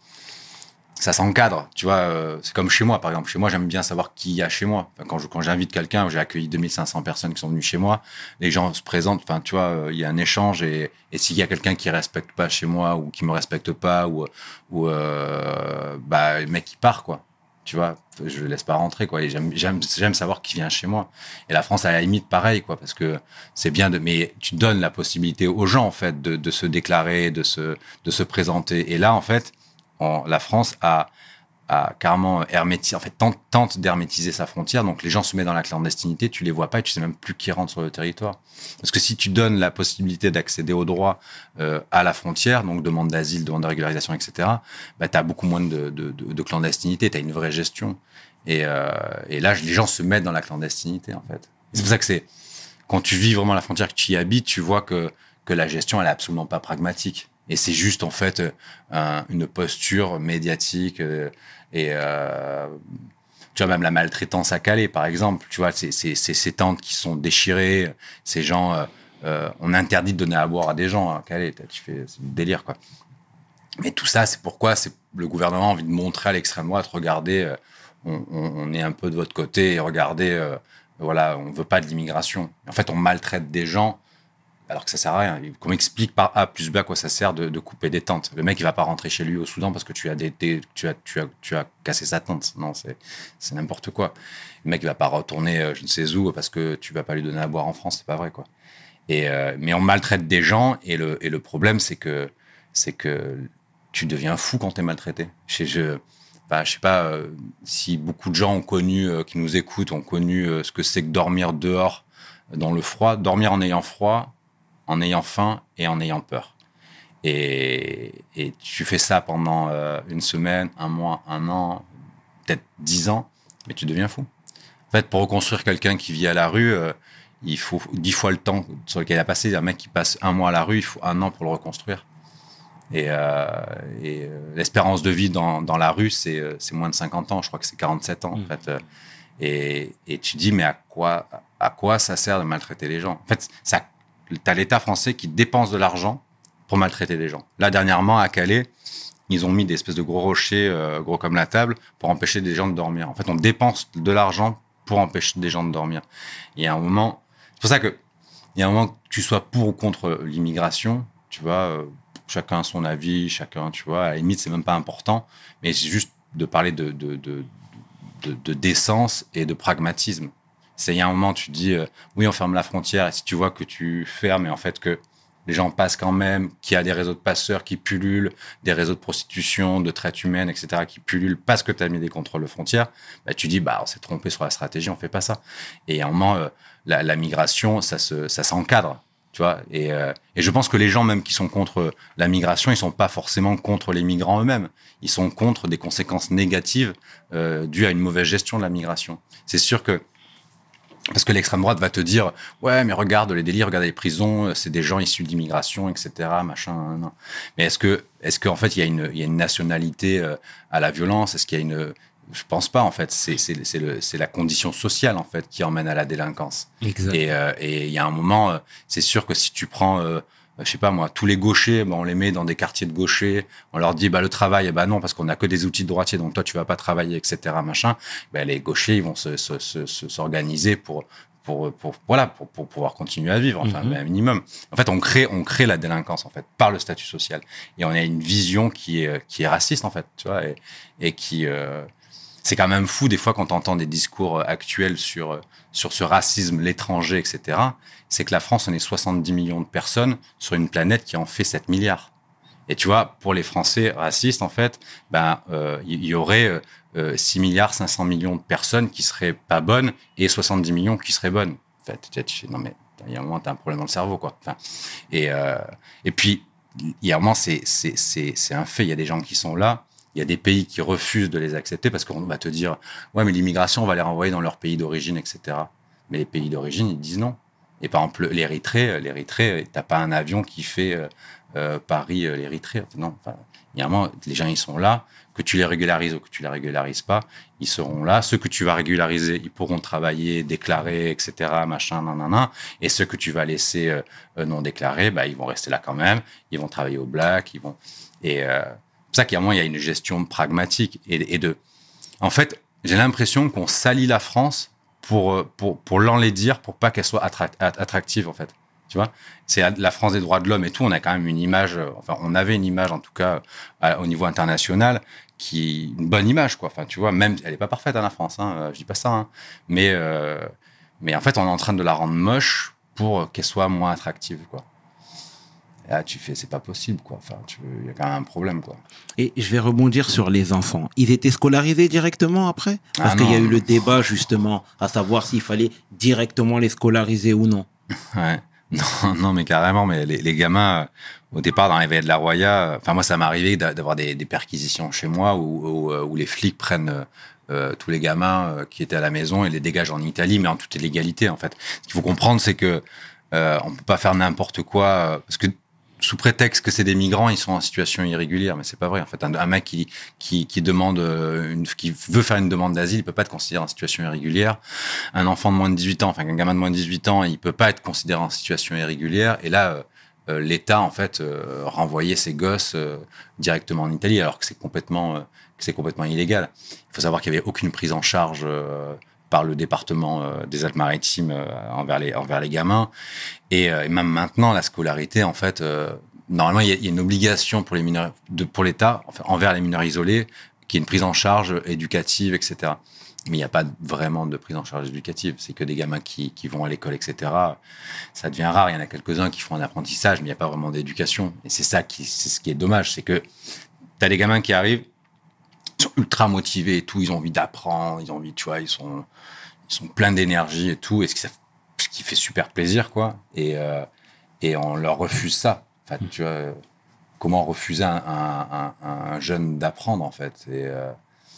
ça s'encadre. Tu vois, euh, c'est comme chez moi, par exemple. Chez moi, j'aime bien savoir qui y a chez moi. Enfin, quand je, quand j'invite quelqu'un, j'ai accueilli deux mille cinq cents personnes qui sont venues chez moi. Les gens se présentent. Enfin, tu vois, il y a un échange et, et s'il y a quelqu'un qui respecte pas chez moi ou qui me respecte pas ou, ou, euh, bah, le mec, il part, quoi. Tu vois, je le laisse pas rentrer, quoi. Et j'aime, j'aime, j'aime savoir qui vient chez moi. Et la France, à la limite, pareil, quoi, parce que c'est bien de, mais tu donnes la possibilité aux gens, en fait, de, de se déclarer, de se, de se présenter. Et là, en fait, on, la France a, a carrément hermétisé, en fait, tente, tente d'hermétiser sa frontière. Donc, les gens se mettent dans la clandestinité, tu les vois pas et tu sais même plus qui rentre sur le territoire. Parce que si tu donnes la possibilité d'accéder aux droits euh, à la frontière, donc demande d'asile, demande de régularisation, et cetera, bah, tu as beaucoup moins de, de, de, de clandestinité, tu as une vraie gestion. Et, euh, et là, les gens se mettent dans la clandestinité, en fait. Et c'est pour ça que c'est, quand tu vis vraiment la frontière, que tu y habites, tu vois que, que la gestion, elle est absolument pas pragmatique. Et c'est juste, en fait, un, une posture médiatique euh, et... Euh, tu vois, même la maltraitance à Calais, par exemple, tu vois, c'est, c'est, c'est ces tentes qui sont déchirées, ces gens, euh, euh, on interdit de donner à boire à des gens à Calais, tu fais, c'est du délire, quoi. Mais tout ça, c'est pourquoi c'est, le gouvernement a envie de montrer à l'extrême droite, regardez, euh, on, on, on est un peu de votre côté, et regardez, euh, voilà, on veut pas de l'immigration. En fait, on maltraite des gens, alors que ça sert à rien. Qu'on m'explique par A plus B à quoi ça sert de, de couper des tentes. Le mec, il va pas rentrer chez lui au Soudan parce que tu as des, des tu as, tu as, tu as cassé sa tente. Non, c'est, c'est n'importe quoi. Le mec, il va pas retourner je ne sais où parce que tu vas pas lui donner à boire en France. C'est pas vrai, quoi. Et, euh, mais on maltraite des gens et le, et le problème, c'est que, c'est que tu deviens fou quand t'es maltraité. Je, je, bah, je sais pas euh, si beaucoup de gens ont connu, euh, qui nous écoutent, ont connu euh, ce que c'est que dormir dehors dans le froid, dormir en ayant froid, en ayant faim et en ayant peur. Et, et tu fais ça pendant euh, une semaine, un mois, un an, peut-être dix ans, mais tu deviens fou. En fait, pour reconstruire quelqu'un qui vit à la rue, euh, il faut dix fois le temps sur lequel il a passé. Un mec qui passe un mois à la rue, il faut un an pour le reconstruire. Et, euh, et euh, l'espérance de vie dans, dans la rue, c'est, c'est moins de cinquante ans. Je crois que c'est quarante-sept ans, en mmh. fait. Et, et tu dis, mais à quoi, à quoi ça sert de maltraiter les gens ? En fait, ça... T'as l'État français qui dépense de l'argent pour maltraiter les gens. Là, dernièrement, à Calais, ils ont mis des espèces de gros rochers, euh, gros comme la table, pour empêcher des gens de dormir. En fait, on dépense de l'argent pour empêcher des gens de dormir. Il y a un moment... C'est pour ça que il y a un moment que tu sois pour ou contre l'immigration, tu vois, euh, chacun a son avis, chacun, tu vois, à la limite, c'est même pas important, mais c'est juste de parler de, de, de, de, de décence et de pragmatisme. C'est, il y a un moment, tu te dis, euh, oui, on ferme la frontière, et si tu vois que tu fermes, et en fait que les gens passent quand même, qu'il y a des réseaux de passeurs qui pullulent, des réseaux de prostitution, de traite humaine, et cetera, qui pullulent parce que tu as mis des contrôles de frontières, bah, tu dis, bah, on s'est trompé sur la stratégie, on fait pas ça. Et à un moment, euh, la, la migration, ça, se, ça s'encadre, tu vois. Et, euh, et je pense que les gens, même qui sont contre la migration, ils sont pas forcément contre les migrants eux-mêmes. Ils sont contre des conséquences négatives euh, dues à une mauvaise gestion de la migration. C'est sûr que parce que l'extrême droite va te dire, ouais, mais regarde les délits, regarde les prisons, c'est des gens issus de l'immigration, et cetera, machin. Non. Mais est-ce que, est-ce qu'en fait, il y a une, il y a une nationalité à la violence ? Est-ce qu'il y a une, je pense pas, en fait. C'est, c'est, c'est le, c'est la condition sociale, en fait, qui emmène à la délinquance. Exact. Et, euh, et il y a un moment, c'est sûr que si tu prends, euh, je sais pas moi, tous les gauchers, bah, on les met dans des quartiers de gauchers, on leur dit bah le travail, bah non parce qu'on a que des outils de droitiers, donc toi tu vas pas travailler, et cetera machin. Bah, les gauchers ils vont se, se, se, se s'organiser pour pour pour voilà pour, pour pouvoir continuer à vivre, enfin mm-hmm. un minimum. En fait, on crée on crée la délinquance en fait par le statut social et on a une vision qui est qui est raciste en fait, tu vois, et, et qui euh, c'est quand même fou des fois quand on entend des discours actuels sur sur ce racisme, l'étranger, et cetera. C'est que la France, on est soixante-dix millions de personnes sur une planète qui en fait sept milliards. Et tu vois, pour les Français racistes, en fait, ben, euh, il y aurait euh, six milliards cinq cents millions de personnes qui seraient pas bonnes et soixante-dix millions qui seraient bonnes. En fait, tu, tu fais, non mais, il y a un moment, t'as un problème dans le cerveau, quoi. Enfin, et, euh, et puis, il y a un moment, c'est, c'est, c'est, c'est un fait, il y a des gens qui sont là, il y a des pays qui refusent de les accepter parce qu'on va te dire, ouais, mais l'immigration, on va les renvoyer dans leur pays d'origine, et cetera. Mais les pays d'origine, ils disent non. Et par exemple, l'Érythrée, l'Érythrée, t'as pas un avion qui fait euh, euh, Paris-l'Érythrée. Non, enfin, il y a un moment, les gens, ils sont là, que tu les régularises ou que tu les régularises pas, ils seront là. Ceux que tu vas régulariser, ils pourront travailler, déclarer, et cetera, machin, nanana. Et ceux que tu vas laisser euh, non déclarés, bah, ils vont rester là quand même. Ils vont travailler au black, ils vont. Et euh, c'est pour ça qu'il y a un moment, il y a une gestion pragmatique et, et de. En fait, j'ai l'impression qu'on salit la France pour pour pour l'enlaidir, pour pas qu'elle soit attractive en fait, tu vois. C'est la France des droits de l'homme et tout, on a quand même une image, enfin on avait une image en tout cas au niveau international qui une bonne image quoi, enfin tu vois, même elle est pas parfaite à la France, hein, je dis pas ça, hein, mais euh, mais en fait on est en train de la rendre moche pour qu'elle soit moins attractive quoi. Et là, tu fais, c'est pas possible, quoi. Enfin, il y a quand même un problème, quoi. Et je vais rebondir sur les enfants. Ils étaient scolarisés directement après? Parce ah qu'il y a eu le débat, justement, à savoir s'il fallait directement les scolariser ou non. Ouais. Non, non, mais carrément, mais les, les gamins, euh, au départ, dans les veillées de la Roya, enfin, euh, moi, ça m'est arrivé d'avoir des, des perquisitions chez moi où, où, où les flics prennent euh, tous les gamins euh, qui étaient à la maison et les dégagent en Italie, mais en toute illégalité, en fait. Ce qu'il faut comprendre, c'est que euh, on peut pas faire n'importe quoi, euh, parce que sous prétexte que c'est des migrants, ils sont en situation irrégulière, mais c'est pas vrai. En fait, un, un mec qui qui qui demande une, qui veut faire une demande d'asile, il peut pas être considéré en situation irrégulière. Un enfant de moins de dix-huit ans, enfin un gamin de moins de dix-huit ans, il peut pas être considéré en situation irrégulière. Et là, euh, l'État en fait euh, renvoyait ses gosses euh, directement en Italie, alors que c'est complètement euh, que c'est complètement illégal. Il faut savoir qu'il y avait aucune prise en charge euh, par le département euh, des Alpes-Maritimes euh, envers les envers les gamins et, euh, et même maintenant la scolarité en fait euh, normalement il y, y a une obligation pour les mineurs de pour l'État enfin, envers les mineurs isolés qui est une prise en charge éducative et cetera. Mais il n'y a pas vraiment de prise en charge éducative, c'est que des gamins qui qui vont à l'école et cetera. Ça devient rare, il y en a quelques-uns qui font un apprentissage mais il n'y a pas vraiment d'éducation et c'est ça qui c'est ce qui est dommage, c'est que t'as des gamins qui arrivent ils sont ultra motivés et tout, ils ont envie d'apprendre, ils ont envie, tu vois, ils sont, ils sont pleins d'énergie et tout, et ce qui, ce qui fait super plaisir, quoi. Et, euh, et on leur refuse ça. Enfin, tu vois, comment refuser un, un, un, un jeune d'apprendre, en fait. Et, euh,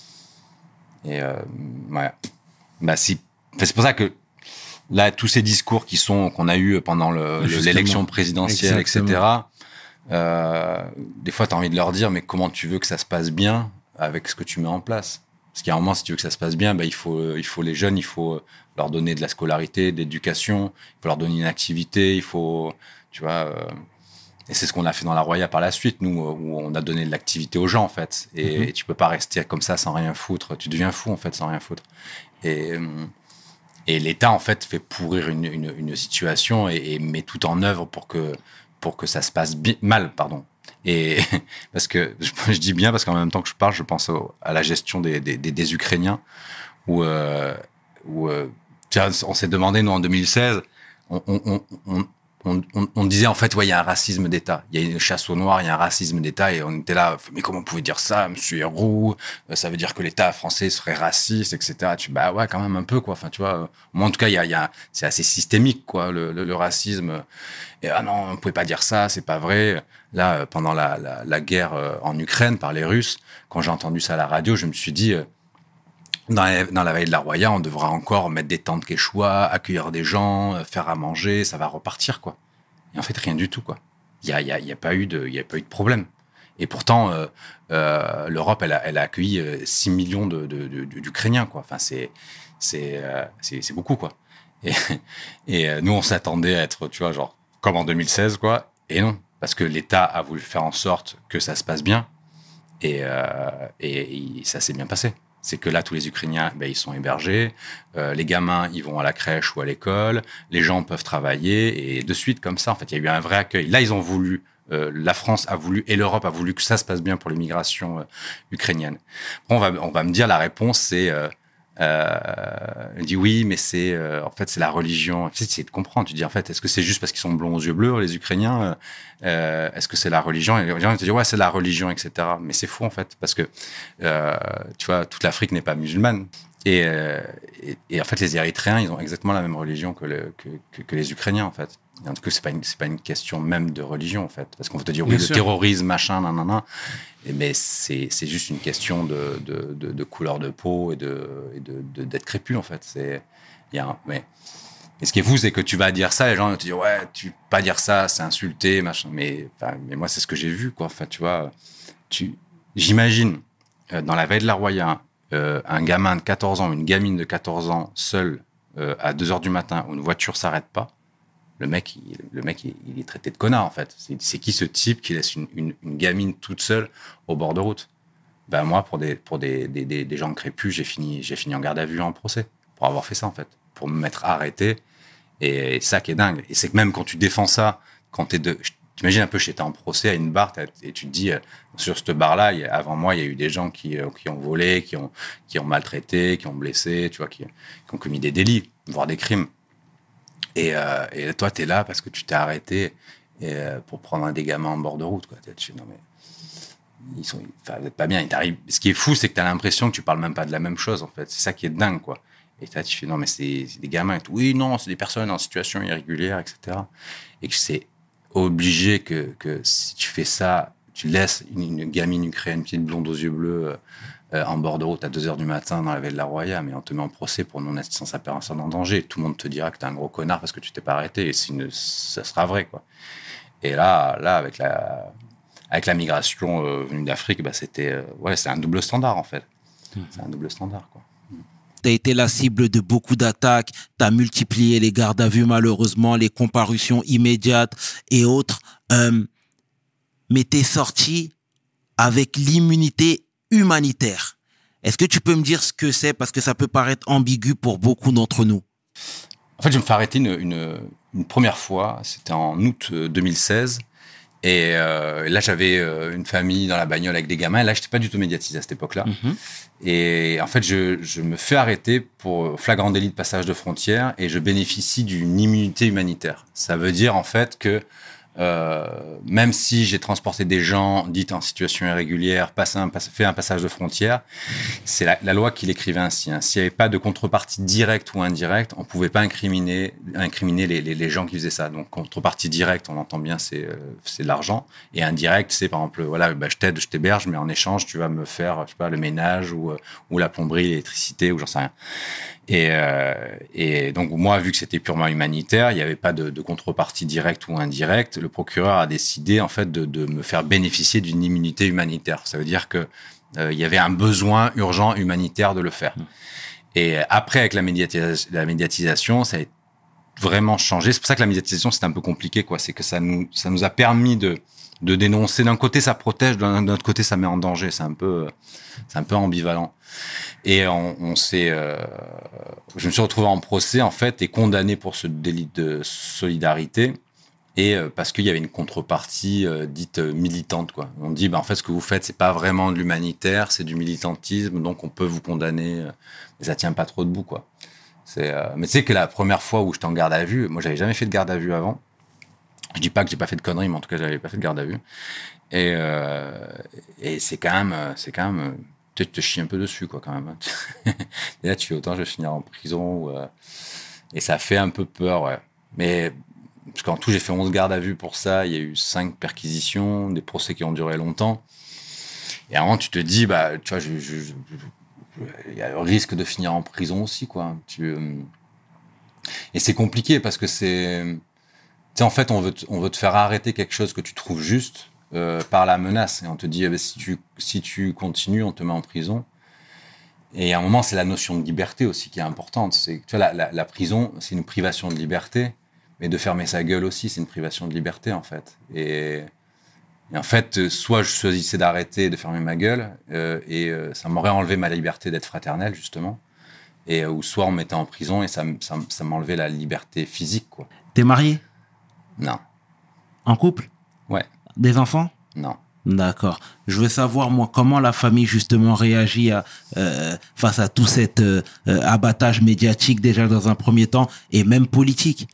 et euh, ouais. Bah, si, enfin, c'est pour ça que là, tous ces discours qui sont, qu'on a eu pendant le, l'élection présidentielle, Exactement. et cetera, euh, des fois, tu as envie de leur dire, mais comment tu veux que ça se passe bien avec ce que tu mets en place. Parce qu'il y a un moment, si tu veux que ça se passe bien, bah, il faut, il faut les jeunes, il faut leur donner de la scolarité, de l'éducation, il faut leur donner une activité, il faut, tu vois, euh, et c'est ce qu'on a fait dans la Roya par la suite, nous, où on a donné de l'activité aux gens, en fait. Et, mm-hmm. et tu peux pas rester comme ça sans rien foutre. Tu deviens fou, en fait, sans rien foutre. Et, et l'État, en fait, fait pourrir une, une, une situation et, et met tout en œuvre pour que, pour que ça se passe bien, mal, pardon. Et parce que je, je dis bien parce qu'en même temps que je parle, je pense au, à la gestion des, des, des, des Ukrainiens où, euh, où euh, on s'est demandé nous en deux mille seize, on, on, on, on, on, on disait en fait ouais il y a un racisme d'État, il y a une chasse aux noirs, il y a un racisme d'État et on était là mais comment vous pouvez dire ça, Monsieur Héroux, ça veut dire que l'État français serait raciste, et cetera. Tu bah ouais quand même un peu quoi, enfin tu vois, moi en tout cas il y a, il y a c'est assez systémique quoi le, le, le racisme. Et ah non, on pouvait pas dire ça, c'est pas vrai. Là, pendant la, la, la guerre en Ukraine par les Russes, quand j'ai entendu ça à la radio, je me suis dit, dans la, dans la veille de la Roya, on devra encore mettre des tentes quechua, accueillir des gens, faire à manger, ça va repartir, quoi. Et en fait, rien du tout, quoi. Il y a, il y a, il y a pas eu de, il y a pas eu de problème. Et pourtant, euh, euh, l'Europe, elle a, elle a accueilli six millions de, de, de, de, d'Ukrainiens, quoi. Enfin, c'est, c'est, euh, c'est, c'est beaucoup, quoi. Et, et nous, on s'attendait à être, tu vois, genre, comme en deux mille seize, quoi. Et non, parce que l'État a voulu faire en sorte que ça se passe bien, et, euh, et, et ça s'est bien passé. C'est que là, tous les Ukrainiens, ben, ils sont hébergés, euh, les gamins, ils vont à la crèche ou à l'école, les gens peuvent travailler, et de suite, comme ça, en fait, il y a eu un vrai accueil. Là, ils ont voulu, euh, la France a voulu, et l'Europe a voulu que ça se passe bien pour l'immigration euh, ukrainienne. Bon, on va, on va me dire, la réponse, c'est... Euh, Euh, elle dit oui, mais c'est euh, en fait c'est la religion. Tu sais, c'est de comprendre. Tu dis en fait, est-ce que c'est juste parce qu'ils sont blonds aux yeux bleus, les Ukrainiens euh, Est-ce que c'est la religion? Et les gens te disent ouais, c'est la religion, et cetera. Mais c'est faux en fait, parce que euh, tu vois, toute l'Afrique n'est pas musulmane. Et, euh, et, et en fait, les Érythréens, ils ont exactement la même religion que, le, que, que, que les Ukrainiens en fait. Et en tout cas, c'est pas une, c'est pas une question même de religion en fait, parce qu'on veut te dire oui, Bien le sûr. terrorisme, machin, nanana. Mais c'est, c'est juste une question de, de, de, de couleur de peau et, de, et de, de, d'être crépus, en fait. C'est, y a un, mais, et ce qui est fou, c'est que tu vas dire ça, les gens vont te dire, ouais, tu peux pas dire ça, c'est insulter, machin. Mais, enfin, mais moi, c'est ce que j'ai vu, quoi. Enfin, tu vois, tu, j'imagine, euh, dans la veille de la Roya, euh, un gamin de quatorze ans, une gamine de quatorze ans, seul, euh, à deux heures du matin, où une voiture s'arrête pas. Le mec, il, le mec, il, il est traité de connard, en fait. C'est, c'est qui ce type qui laisse une, une, une gamine toute seule au bord de route? Ben moi, pour des, pour des, des, des, des gens crépus, j'ai fini, j'ai fini en garde à vue, en procès, pour avoir fait ça, en fait. Pour me mettre arrêté. Et, et ça qui est dingue. Et c'est que même quand tu défends ça, quand t'es de... T'imagines un peu, j'étais en procès à une barre, et tu te dis, euh, sur cette barre-là, il y a, avant moi, il y a eu des gens qui, euh, qui ont volé, qui ont, qui ont maltraité, qui ont blessé, tu vois, qui, qui ont commis des délits, voire des crimes. Et, euh, et toi, t'es là parce que tu t'es arrêté et, euh, pour prendre un des gamins en bord de route, quoi. Tu dis, non, mais ils sont, enfin, vous êtes pas bien. Il t'arrive. Ce qui est fou, c'est que t'as l'impression que tu parles même pas de la même chose, en fait. C'est ça qui est dingue, quoi. Et là, tu fais, non, mais c'est, c'est des gamins et tout. Oui, non, c'est des personnes en situation irrégulière, et cetera. Et que c'est obligé que, que si tu fais ça, tu laisses une, une gamine ukrainienne, une petite blonde aux yeux bleus, euh, Euh, en bord de route à deux heures du matin dans la veille de la Roya, mais on te met en procès pour non-assistance à personne en danger. Tout le monde te dira que t'es un gros connard parce que tu t'es pas arrêté, et une, ça sera vrai, quoi. Et là, là avec la, avec la migration euh, venue d'Afrique, bah, c'était, euh, ouais, c'est un double standard, en fait. Mmh. C'est un double standard, quoi. Tu as été la cible de beaucoup d'attaques, tu as multiplié les gardes à vue, malheureusement, les comparutions immédiates et autres. Euh, mais tu es sorti avec l'immunité humanitaire. Est-ce que tu peux me dire ce que c'est, parce que ça peut paraître ambigu pour beaucoup d'entre nous? En fait, je me fais arrêter une, une, une première fois, c'était en août deux mille seize, et euh, là j'avais une famille dans la bagnole avec des gamins, et là j'étais pas du tout médiatisé à cette époque-là. Mm-hmm. Et en fait, je, je me fais arrêter pour flagrant délit de passage de frontière, et je bénéficie d'une immunité humanitaire. Ça veut dire en fait que Euh, même si j'ai transporté des gens dits en situation irrégulière, passé un, fait un passage de frontière, c'est la, la loi qui l'écrivait ainsi. Hein. S'il n'y avait pas de contrepartie directe ou indirecte, on ne pouvait pas incriminer, incriminer les, les, les gens qui faisaient ça. Donc, contrepartie directe, on l'entend bien, c'est, euh, c'est de l'argent. Et indirect, c'est par exemple, voilà, bah, je t'aide, je t'héberge, mais en échange, tu vas me faire, je sais pas, le ménage ou, ou la plomberie, l'électricité ou j'en sais rien. Et, euh, et donc, moi, vu que c'était purement humanitaire, il n'y avait pas de, de contrepartie directe ou indirecte. Le procureur a décidé, en fait, de, de me faire bénéficier d'une immunité humanitaire. Ça veut dire que euh, il y avait un besoin urgent humanitaire de le faire. Mmh. Et après, avec la, médiatis- la médiatisation, ça a vraiment changé. C'est pour ça que la médiatisation, c'est un peu compliqué, quoi. C'est que ça nous, ça nous a permis de, de dénoncer. D'un côté, ça protège, d'un autre côté, ça met en danger. C'est un peu, c'est un peu ambivalent. Et on, on s'est, euh, je me suis retrouvé en procès, en fait, et condamné pour ce délit de solidarité. Et euh, parce qu'il y avait une contrepartie euh, dite euh, militante, quoi. On dit, bah, en fait, ce que vous faites, c'est pas vraiment de l'humanitaire, c'est du militantisme, donc on peut vous condamner. Euh, mais ça tient pas trop debout, quoi. C'est, euh, mais tu sais que la première fois où j'étais en garde à vue, moi, j'avais jamais fait de garde à vue avant. Je dis pas que j'ai pas fait de conneries, mais en tout cas, j'avais pas fait de garde à vue. Et, euh, et c'est quand même, c'est quand même, tu te chies un peu dessus, quoi, quand même. Et là, tu fais autant je vais finir en prison. Ou, euh, et ça fait un peu peur, ouais. Mais parce qu'en tout, j'ai fait onze gardes à vue pour ça. Il y a eu cinq perquisitions, des procès qui ont duré longtemps. Et à un moment, tu te dis, bah, tu vois, je, je, je, je, il y a le risque de finir en prison aussi, quoi. Tu, euh, et c'est compliqué parce que c'est, tu sais, en fait, on veut, te, on veut te faire arrêter quelque chose que tu trouves juste euh, par la menace. Et on te dit, eh ben, si tu, si tu continues, on te met en prison. Et à un moment, c'est la notion de liberté aussi qui est importante. C'est, tu vois, la, la, la prison, c'est une privation de liberté. mais de fermer sa gueule aussi, c'est une privation de liberté, en fait. Et, et en fait, soit je choisissais d'arrêter de fermer ma gueule, euh, et euh, ça m'aurait enlevé ma liberté d'être fraternel, justement, et, ou soit on me mettait en prison et ça, ça, ça m'enlevait la liberté physique, quoi. T'es marié? Non. En couple? Ouais. Des enfants? Non. D'accord. Je veux savoir, moi, comment la famille, justement, réagit à, euh, face à tout cet euh, euh, abattage médiatique, déjà dans un premier temps, et même politique.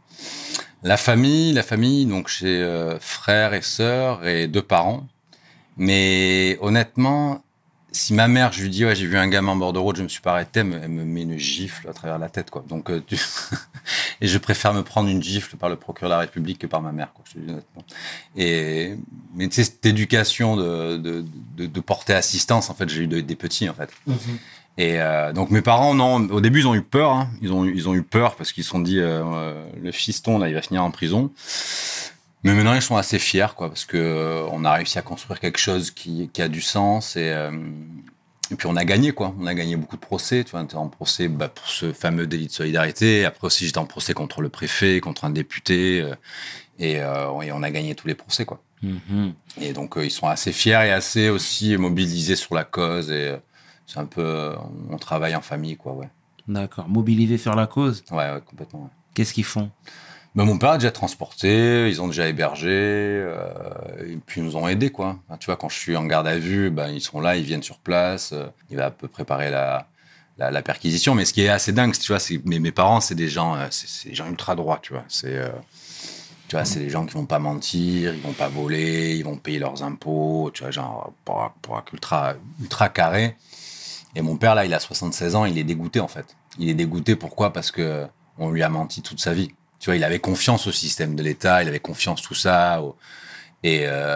La famille, la famille, donc j'ai euh, frères et sœurs et deux parents. Mais honnêtement, si ma mère, je lui dis, ouais, j'ai vu un gamin en bord de route, je me suis pas arrêté, elle me, elle me met une gifle à travers la tête, quoi. Donc, euh, tu... et je préfère me prendre une gifle par le procureur de la République que par ma mère, quoi, je te dis honnêtement. Et, mais tu sais, cette éducation de, de, de, de porter assistance, en fait, j'ai eu de, des petits, en fait. Mm-hmm. Et euh, donc mes parents, non, au début ils ont eu peur, hein. ils ont ils ont eu peur parce qu'ils se sont dit euh, euh, le fiston là il va finir en prison. Mais maintenant ils sont assez fiers quoi parce que euh, on a réussi à construire quelque chose qui qui a du sens et euh, et puis on a gagné quoi, on a gagné beaucoup de procès, tu vois, on était en procès bah, pour ce fameux délit de solidarité. Après aussi j'étais en procès contre le préfet, contre un député euh, et, euh, et on a gagné tous les procès quoi. Mm-hmm. Et donc euh, ils sont assez fiers et assez aussi mobilisés sur la cause et euh, c'est un peu, on travaille en famille, quoi, ouais. D'accord. Mobilisés sur la cause? Ouais, ouais, complètement. Ouais. Qu'est-ce qu'ils font? Ben, mon père a déjà transporté, ils ont déjà hébergé, euh, et puis ils nous ont aidés, quoi. Enfin, tu vois, quand je suis en garde à vue, ben, ils sont là, ils viennent sur place, euh, il va un peu préparer la, la, la perquisition. Mais ce qui est assez dingue, tu vois, c'est mes, mes parents, c'est des gens, euh, c'est, c'est des gens ultra droits, tu vois. C'est, euh, tu vois, c'est des gens qui vont pas mentir, ils vont pas voler, ils vont payer leurs impôts, tu vois, genre, pour, pour ultra, ultra carré. Et mon père, là, il a soixante-seize ans, il est dégoûté, en fait. Il est dégoûté, pourquoi? Parce que on lui a menti toute sa vie. Tu vois, il avait confiance au système de l'État, il avait confiance tout ça. Au... Et, euh,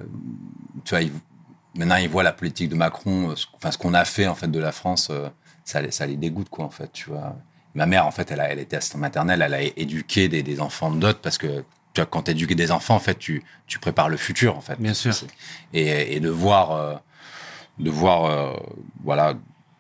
tu vois, il... maintenant, il voit la politique de Macron, enfin, ce qu'on a fait, en fait, de la France, ça, ça les dégoûte, quoi, en fait, tu vois. Ma mère, en fait, elle, a, elle était assistante maternelle, elle a éduqué des, des enfants d'autres parce que, tu vois, quand tu éduques des enfants, en fait, tu, tu prépares le futur, en fait. Bien sûr. Et, et de voir... Euh, de voir, euh, voilà,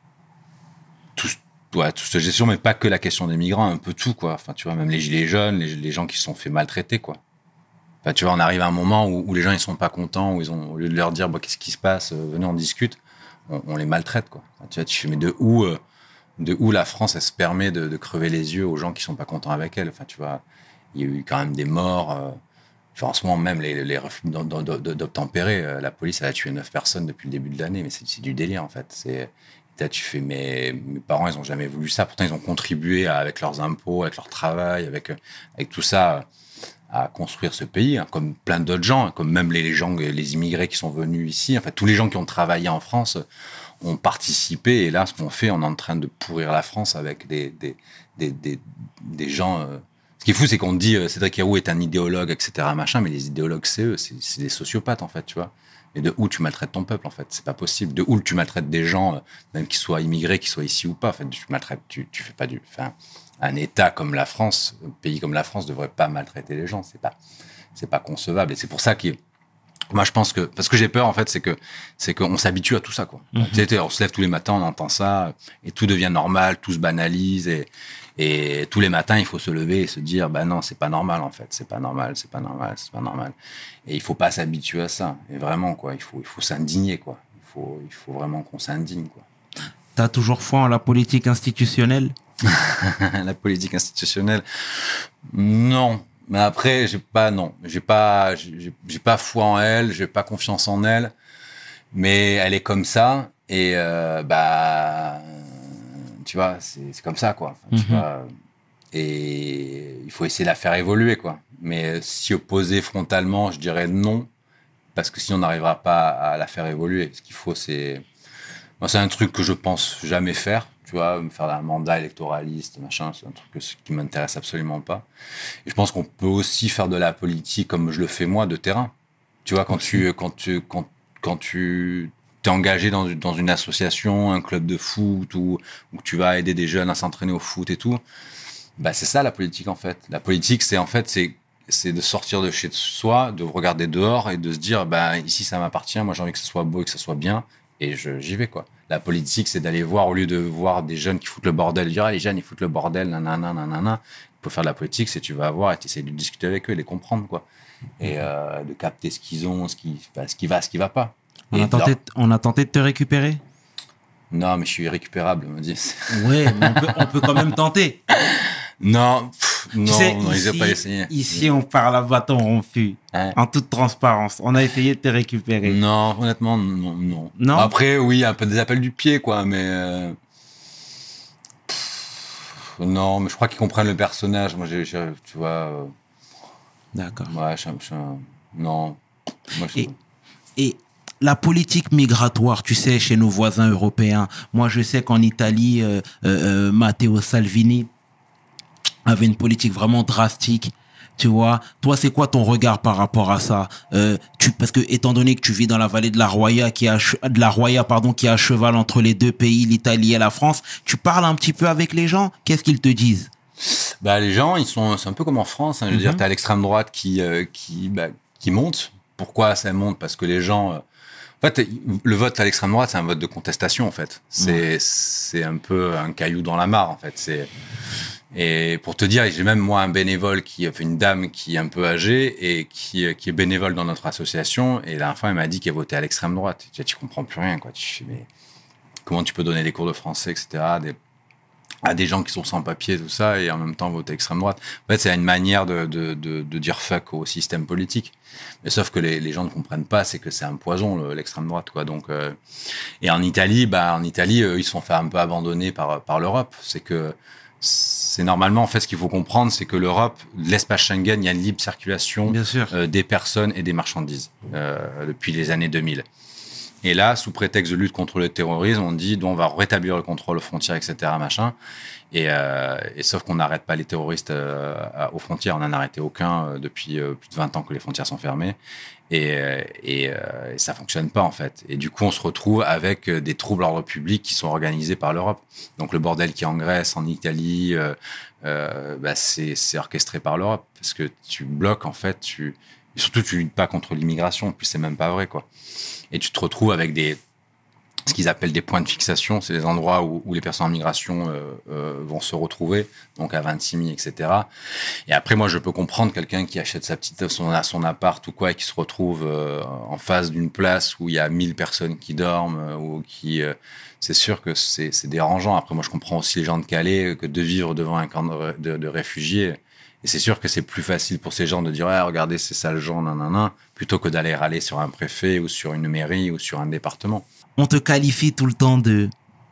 tout, ouais, toute cette gestion, mais pas que la question des migrants, un peu tout, quoi. Enfin, tu vois, même les gilets jaunes, les, les gens qui se sont fait maltraiter, quoi. Enfin, tu vois, on arrive à un moment où, où les gens, ils sont pas contents, où ils ont, au lieu de leur dire, bah, qu'est-ce qui se passe, euh, venez, on discute, on, on les maltraite, quoi. Enfin, tu vois, tu fais, mais de où, euh, de où la France, elle se permet de, de crever les yeux aux gens qui sont pas contents avec elle. Enfin, tu vois, il y a eu quand même des morts, euh, Enfin, en ce moment, même les, les refus d'obtempérer, euh, la police, elle a tué neuf personnes depuis le début de l'année, mais c'est, c'est du délire, en fait. C'est, là, tu fais, mais mes parents, ils ont jamais voulu ça. Pourtant, ils ont contribué à, avec leurs impôts, avec leur travail, avec, avec tout ça, à construire ce pays, hein, comme plein d'autres gens, hein, comme même les gens, les immigrés qui sont venus ici. En fait, tous les gens qui ont travaillé en France ont participé. Et là, ce qu'on fait, on est en train de pourrir la France avec des, des, des, des, des gens... Euh, Ce qui est fou, c'est qu'on dit euh, Cédric Herrou est un idéologue, et cetera, machin, mais les idéologues, c'est eux, c'est, c'est des sociopathes, en fait, tu vois. Et de où tu maltraites ton peuple, en fait, c'est pas possible. De où tu maltraites des gens, euh, même qu'ils soient immigrés, qu'ils soient ici ou pas, en fait, tu maltraites, tu, tu fais pas du. Enfin, un État comme la France, un pays comme la France, devrait pas maltraiter les gens, c'est pas, c'est pas concevable. Et c'est pour ça que. Moi, je pense que, parce que j'ai peur, en fait, c'est que, c'est qu'on s'habitue à tout ça, quoi. Mm-hmm. Tu sais, on se lève tous les matins, on entend ça, et tout devient normal, tout se banalise, et, et tous les matins, il faut se lever et se dire, bah non, c'est pas normal, en fait, c'est pas normal, c'est pas normal, c'est pas normal. Et il faut pas s'habituer à ça. Et vraiment, quoi, il faut, il faut s'indigner, quoi. Il faut, il faut vraiment qu'on s'indigne, quoi. T'as toujours foi en la politique institutionnelle? La politique institutionnelle? Non. Mais après, j'ai pas, non, j'ai pas, j'ai, j'ai pas foi en elle, j'ai pas confiance en elle, mais elle est comme ça, et, euh, bah, tu vois, c'est, c'est comme ça, quoi. Enfin, mm-hmm. Tu vois, et il faut essayer de la faire évoluer, quoi. Mais s'y opposer frontalement, je dirais non, parce que sinon on n'arrivera pas à la faire évoluer. Ce qu'il faut, c'est, moi, c'est un truc que je pense jamais faire. Tu vois, me faire un mandat électoraliste, machin, c'est un truc que, qui m'intéresse absolument pas. Et je pense qu'on peut aussi faire de la politique, comme je le fais moi, de terrain. Tu vois, quand tu, quand tu, quand, quand tu t'es engagé dans, dans une association, un club de foot, ou, ou tu vas aider des jeunes à s'entraîner au foot et tout, bah, c'est ça la politique, en fait. La politique, c'est, en fait, c'est, c'est de sortir de chez soi, de regarder dehors et de se dire, bah, ici, ça m'appartient, moi, j'ai envie que ce soit beau et que ce soit bien, et je, j'y vais, quoi. La politique, c'est d'aller voir, au lieu de voir des jeunes qui foutent le bordel, dire, ah, les jeunes, ils foutent le bordel, nanana, nanana, pour faire de la politique, c'est tu vas avoir et tu essaies de discuter avec eux, de les comprendre, quoi. Et euh, de capter ce qu'ils ont, ce qui, enfin, ce qui va, ce qui va pas. On a, tenté, on a tenté de te récupérer? Non, mais je suis irrécupérable, on me dit. Ouais, mais on peut, on peut quand même tenter. Non, pff, non, Tu sais, non, ici, ils n'ont pas essayé. Ici, on parle à bâton rompu, Ouais. en toute transparence. On a essayé de te récupérer. Non, honnêtement, non, non. Non. Après, oui, un peu des appels du pied, quoi, mais... Euh... Pff, non, mais je crois qu'ils comprennent le personnage. Moi, j'ai, j'ai tu vois... Euh... D'accord. Ouais, je, je, non. Moi, je... Et, et la politique migratoire, tu sais, chez nos voisins européens, moi, je sais qu'en Italie, euh, euh, Matteo Salvini avait une politique vraiment drastique. Tu vois, toi, c'est quoi ton regard par rapport à ça? euh, tu, Parce que étant donné que tu vis dans la vallée de la Roya, qui a de la Roya, pardon, qui est à cheval entre les deux pays, l'Italie et la France, tu parles un petit peu avec les gens. Qu'est-ce qu'ils te disent? Bah, les gens, ils sont, c'est un peu comme en France. Hein, je veux Mm-hmm. dire, t'as l'extrême droite qui, euh, qui, bah, qui monte. Pourquoi ça monte? Parce que les gens. Euh, en fait, le vote à l'extrême droite, c'est un vote de contestation. En fait, c'est, mmh. c'est un peu un caillou dans la mare. En fait, c'est. Et pour te dire, j'ai même moi un bénévole qui a fait une dame qui est un peu âgée et qui, qui est bénévole dans notre association. Et la dernière fois, elle m'a dit qu'elle votait à l'extrême droite. Tu, tu comprends plus rien, quoi. Tu fais, mais comment tu peux donner des cours de français, et cetera. Des, à des gens qui sont sans papier, tout ça, et en même temps voter extrême droite. En fait, c'est une manière de, de, de, de dire fuck au système politique. Mais sauf que les, les gens ne comprennent pas, c'est que c'est un poison, le, l'extrême droite, quoi. Donc, euh, et en Italie, bah, en Italie, eux, ils se sont fait un peu abandonner par, par l'Europe. C'est que, c'est normalement, en fait, ce qu'il faut comprendre, c'est que l'Europe, l'espace Schengen, il y a une libre circulation euh, des personnes et des marchandises, euh, depuis les années deux mille. Et là, sous prétexte de lutte contre le terrorisme, on dit on va rétablir le contrôle aux frontières, et cetera. Machin. Et, euh, et sauf qu'on n'arrête pas les terroristes euh, aux frontières. On n'en a arrêté aucun euh, depuis euh, plus de vingt ans que les frontières sont fermées. Et, et, euh, et ça fonctionne pas, en fait. Et du coup, on se retrouve avec des troubles à l'ordre public qui sont organisés par l'Europe. Donc, le bordel qui est en Grèce, en Italie, euh, euh, bah, c'est, c'est orchestré par l'Europe. Parce que tu bloques, en fait, tu... Et surtout, tu luttes pas contre l'immigration. En plus, c'est même pas vrai, quoi. Et tu te retrouves avec des, ce qu'ils appellent des points de fixation. C'est des endroits où, où les personnes en migration euh, euh, vont se retrouver, donc à Vintimille, et cetera. Et après, moi, je peux comprendre quelqu'un qui achète sa petite, son, son appart ou quoi, et qui se retrouve euh, en face d'une place où il y a mille personnes qui dorment, euh, ou qui... Euh, c'est sûr que c'est, c'est dérangeant. Après, moi, je comprends aussi les gens de Calais, que de vivre devant un camp de, de, de réfugiés... Et c'est sûr que c'est plus facile pour ces gens de dire ah, « regardez, ces sales gens, nanana », plutôt que d'aller râler sur un préfet ou sur une mairie ou sur un département. On te qualifie tout le temps de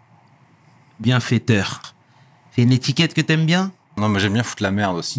bienfaiteur. C'est une étiquette que t'aimes bien? Non, mais j'aime bien foutre la merde aussi.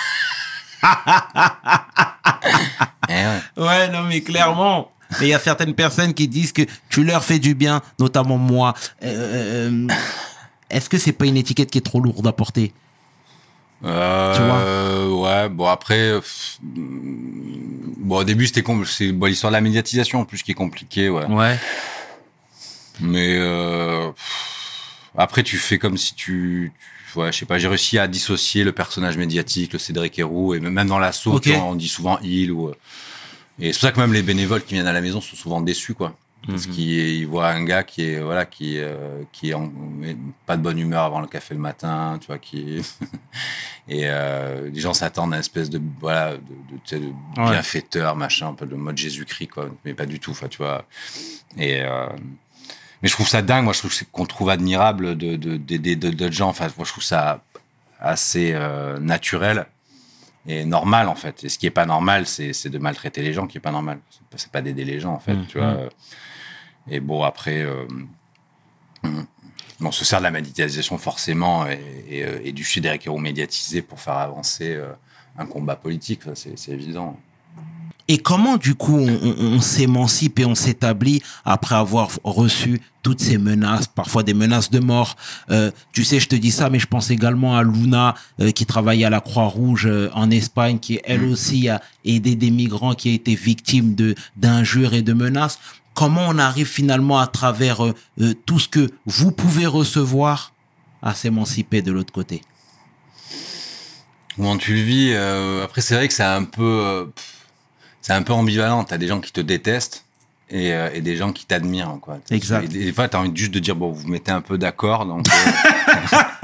Eh ouais. Ouais, non, mais clairement. Mais il y a certaines personnes qui disent que tu leur fais du bien, notamment moi. Euh, est-ce que c'est pas une étiquette qui est trop lourde à porter? Euh, tu vois ouais, bon après, pff, bon au début c'était com- c'est bon, l'histoire de la médiatisation en plus qui est compliquée, ouais. Ouais. Mais euh, pff, après tu fais comme si tu, tu ouais, je sais pas, j'ai réussi à dissocier le personnage médiatique, le Cédric Héroux, et même dans l'assaut, okay. on dit souvent il ou. Et c'est pour ça que même les bénévoles qui viennent à la maison sont souvent déçus, quoi. Parce mm-hmm. qu'ils voient un gars qui est voilà qui euh, qui est en, pas de bonne humeur avant le café le matin, tu vois, qui et euh, les gens s'attendent à une espèce de voilà de, de, tu sais, de ouais. bienfaiteur machin, un peu le mode Jésus-Christ, quoi, mais pas du tout, enfin tu vois. Et euh, mais je trouve ça dingue, moi je trouve qu'on trouve admirable de de d'aider de, de, de, de gens, enfin moi je trouve ça assez euh, naturel et normal en fait. Et ce qui est pas normal, c'est c'est de maltraiter les gens, qui est pas normal. C'est pas, c'est pas d'aider les gens en fait, mmh, tu vois. Mmh. Et bon, après, euh, on se sert de la médiatisation forcément et, et, et du Cédric Héroux médiatisé pour faire avancer euh, un combat politique, ça, c'est, c'est évident. Et comment, du coup, on, on, on s'émancipe et on s'établit après avoir reçu toutes ces menaces, parfois des menaces de mort. Euh, tu sais, je te dis ça, mais je pense également à Luna, euh, qui travaille à la Croix-Rouge euh, en Espagne, qui, elle aussi, a aidé des migrants qui ont été victimes de, d'injures et de menaces. Comment on arrive finalement à travers euh, euh, tout ce que vous pouvez recevoir à s'émanciper de l'autre côté? Comment tu le vis euh, Après, c'est vrai que c'est un peu, euh, c'est un peu ambivalent. T'as des gens qui te détestent et, euh, et des gens qui t'admirent, quoi. Exact. Et des fois, t'as envie juste de dire bon, vous mettez un peu d'accord, donc. Euh,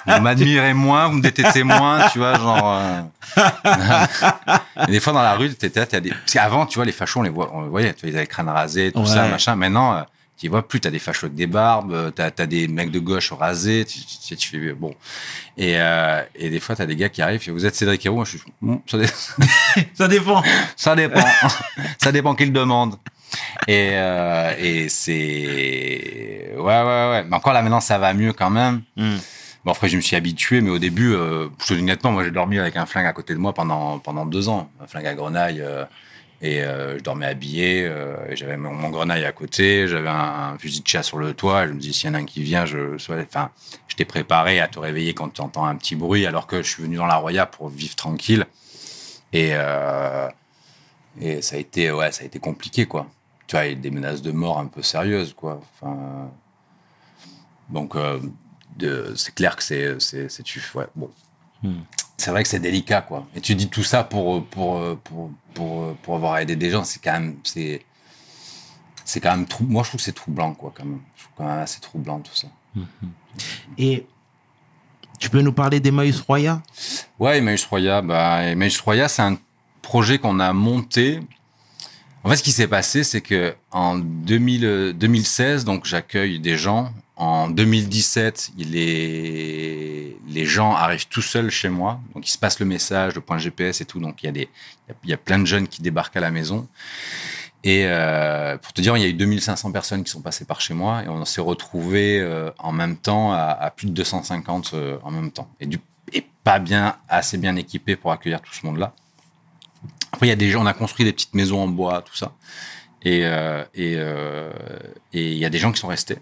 vous m'admirez moins, vous me détestez moins, tu vois, genre. Euh... Et des fois dans la rue, t'étais là, t'as des. Parce qu'avant, tu vois, les fachos, on les voit, on les voyait, tu vois, ils avaient le crâne rasé, tout Ouais. ça, machin. Maintenant, euh, tu vois plus, t'as des fachos avec des barbes, t'as, t'as des mecs de gauche rasés, tu, tu, tu fais bon. Et, euh, et des fois, t'as des gars qui arrivent, vous êtes Cédric Héroux, moi je suis. Ça, dé... Ça dépend. Ça dépend. Ça dépend qui le demande. Et, euh, et c'est. Ouais, ouais, ouais. Mais encore là, maintenant, ça va mieux quand même. Mm. Bon, après, je me suis habitué, mais au début, euh, je te dis honnêtement, moi, j'ai dormi avec un flingue à côté de moi pendant, pendant deux ans. Un flingue à grenaille. Euh, et euh, je dormais habillé. Euh, et j'avais mon, mon grenaille à côté. J'avais un, un fusil de chasse sur le toit. Et je me dis, s'il y en a un qui vient, je. Enfin, je t'ai préparé à te réveiller quand tu entends un petit bruit, alors que je suis venu dans la Roya pour vivre tranquille. Et, euh, et ça a été, ouais, ça a été compliqué, quoi. Tu vois, il y a des menaces de mort un peu sérieuses, quoi. Enfin, donc, euh, de, c'est clair que c'est, c'est, c'est tu, ouais, bon. Mm. C'est vrai que c'est délicat, quoi. Et tu dis tout ça pour, pour, pour, pour, pour avoir aidé des gens, c'est quand même, c'est, c'est quand même trou, moi, je trouve que c'est troublant, quoi, quand même. Je trouve quand même assez troublant, tout ça. Mm-hmm. Et tu peux nous parler d'Emmaüs Roya? Ouais, Emmaüs Roya, bah, Emmaüs Roya, c'est un projet qu'on a monté. En fait, ce qui s'est passé, c'est que en deux mille, deux mille seize, donc j'accueille des gens. En deux mille dix-sept, les les gens arrivent tout seuls chez moi. Donc il se passe le message, le point G P S et tout. Donc il y a des il y a plein de jeunes qui débarquent à la maison. Et euh, pour te dire, il y a eu deux mille cinq cents personnes qui sont passées par chez moi et on s'est retrouvés euh, en même temps à, à plus de deux cent cinquante euh, en même temps. Et du et pas bien assez bien équipés pour accueillir tout ce monde-là. Après, il y a des gens, on a construit des petites maisons en bois, tout ça. Et euh, et euh, et il y a des gens qui sont restés.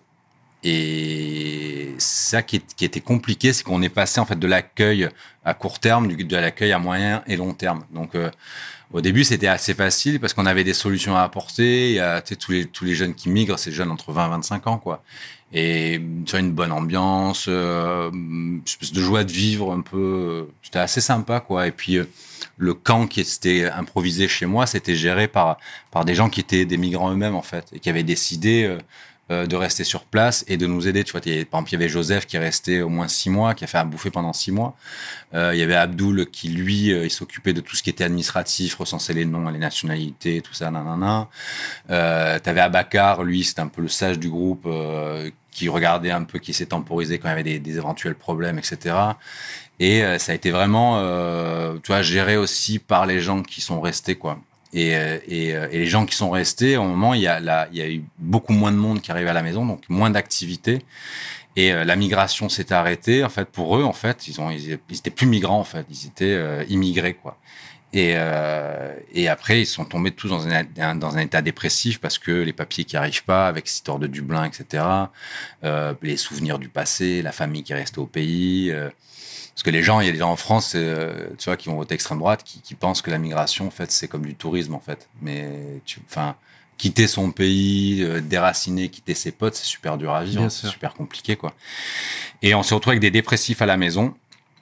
Et ça qui, est, qui était compliqué, c'est qu'on est passé en fait de l'accueil à court terme, du, de l'accueil à moyen et long terme. Donc euh, au début, c'était assez facile parce qu'on avait des solutions à apporter. Il y a tu sais, tous les tous les jeunes qui migrent, c'est jeunes entre vingt et vingt-cinq ans, quoi. Et tu vois, une bonne ambiance, euh, une espèce de joie de vivre un peu. C'était assez sympa, quoi. Et puis euh, le camp qui était improvisé chez moi, c'était géré par par des gens qui étaient des migrants eux-mêmes en fait et qui avaient décidé euh, euh, de rester sur place et de nous aider. Tu vois, il y avait, par exemple, il y avait Joseph qui est resté au moins six mois, qui a fait à bouffer pendant six mois. Euh, il y avait Abdoul qui lui, euh, il s'occupait de tout ce qui était administratif, recenser les noms, les nationalités, tout ça, nanana. Euh, t'avais Abakar, lui, c'était un peu le sage du groupe. Euh, qui regardait un peu, qui s'est temporisé quand il y avait des, des éventuels problèmes, et cetera. Et euh, ça a été vraiment, euh, tu vois, géré aussi par les gens qui sont restés, quoi. Et, et, et les gens qui sont restés, au moment, il y a, là, il y a eu beaucoup moins de monde qui arrivait à la maison, donc moins d'activité. Et euh, la migration s'était arrêtée. En fait, pour eux, en fait, ils ont, ils, ils étaient plus migrants, en fait, ils étaient euh, immigrés, quoi. Et, euh, et après, ils sont tombés tous dans un, dans un état dépressif parce que les papiers qui arrivent pas, avec cette histoire de Dublin, et cetera. Euh, les souvenirs du passé, la famille qui est restée au pays. Euh, parce que les gens, il y a des gens en France, euh, tu vois, qui vont voter extrême droite, qui, qui pensent que la migration, en fait, c'est comme du tourisme, en fait. Mais, tu, enfin, quitter son pays, euh, déraciner, quitter ses potes, c'est super dur à vivre, c'est super compliqué, quoi. Et on s'est retrouvé avec des dépressifs à la maison.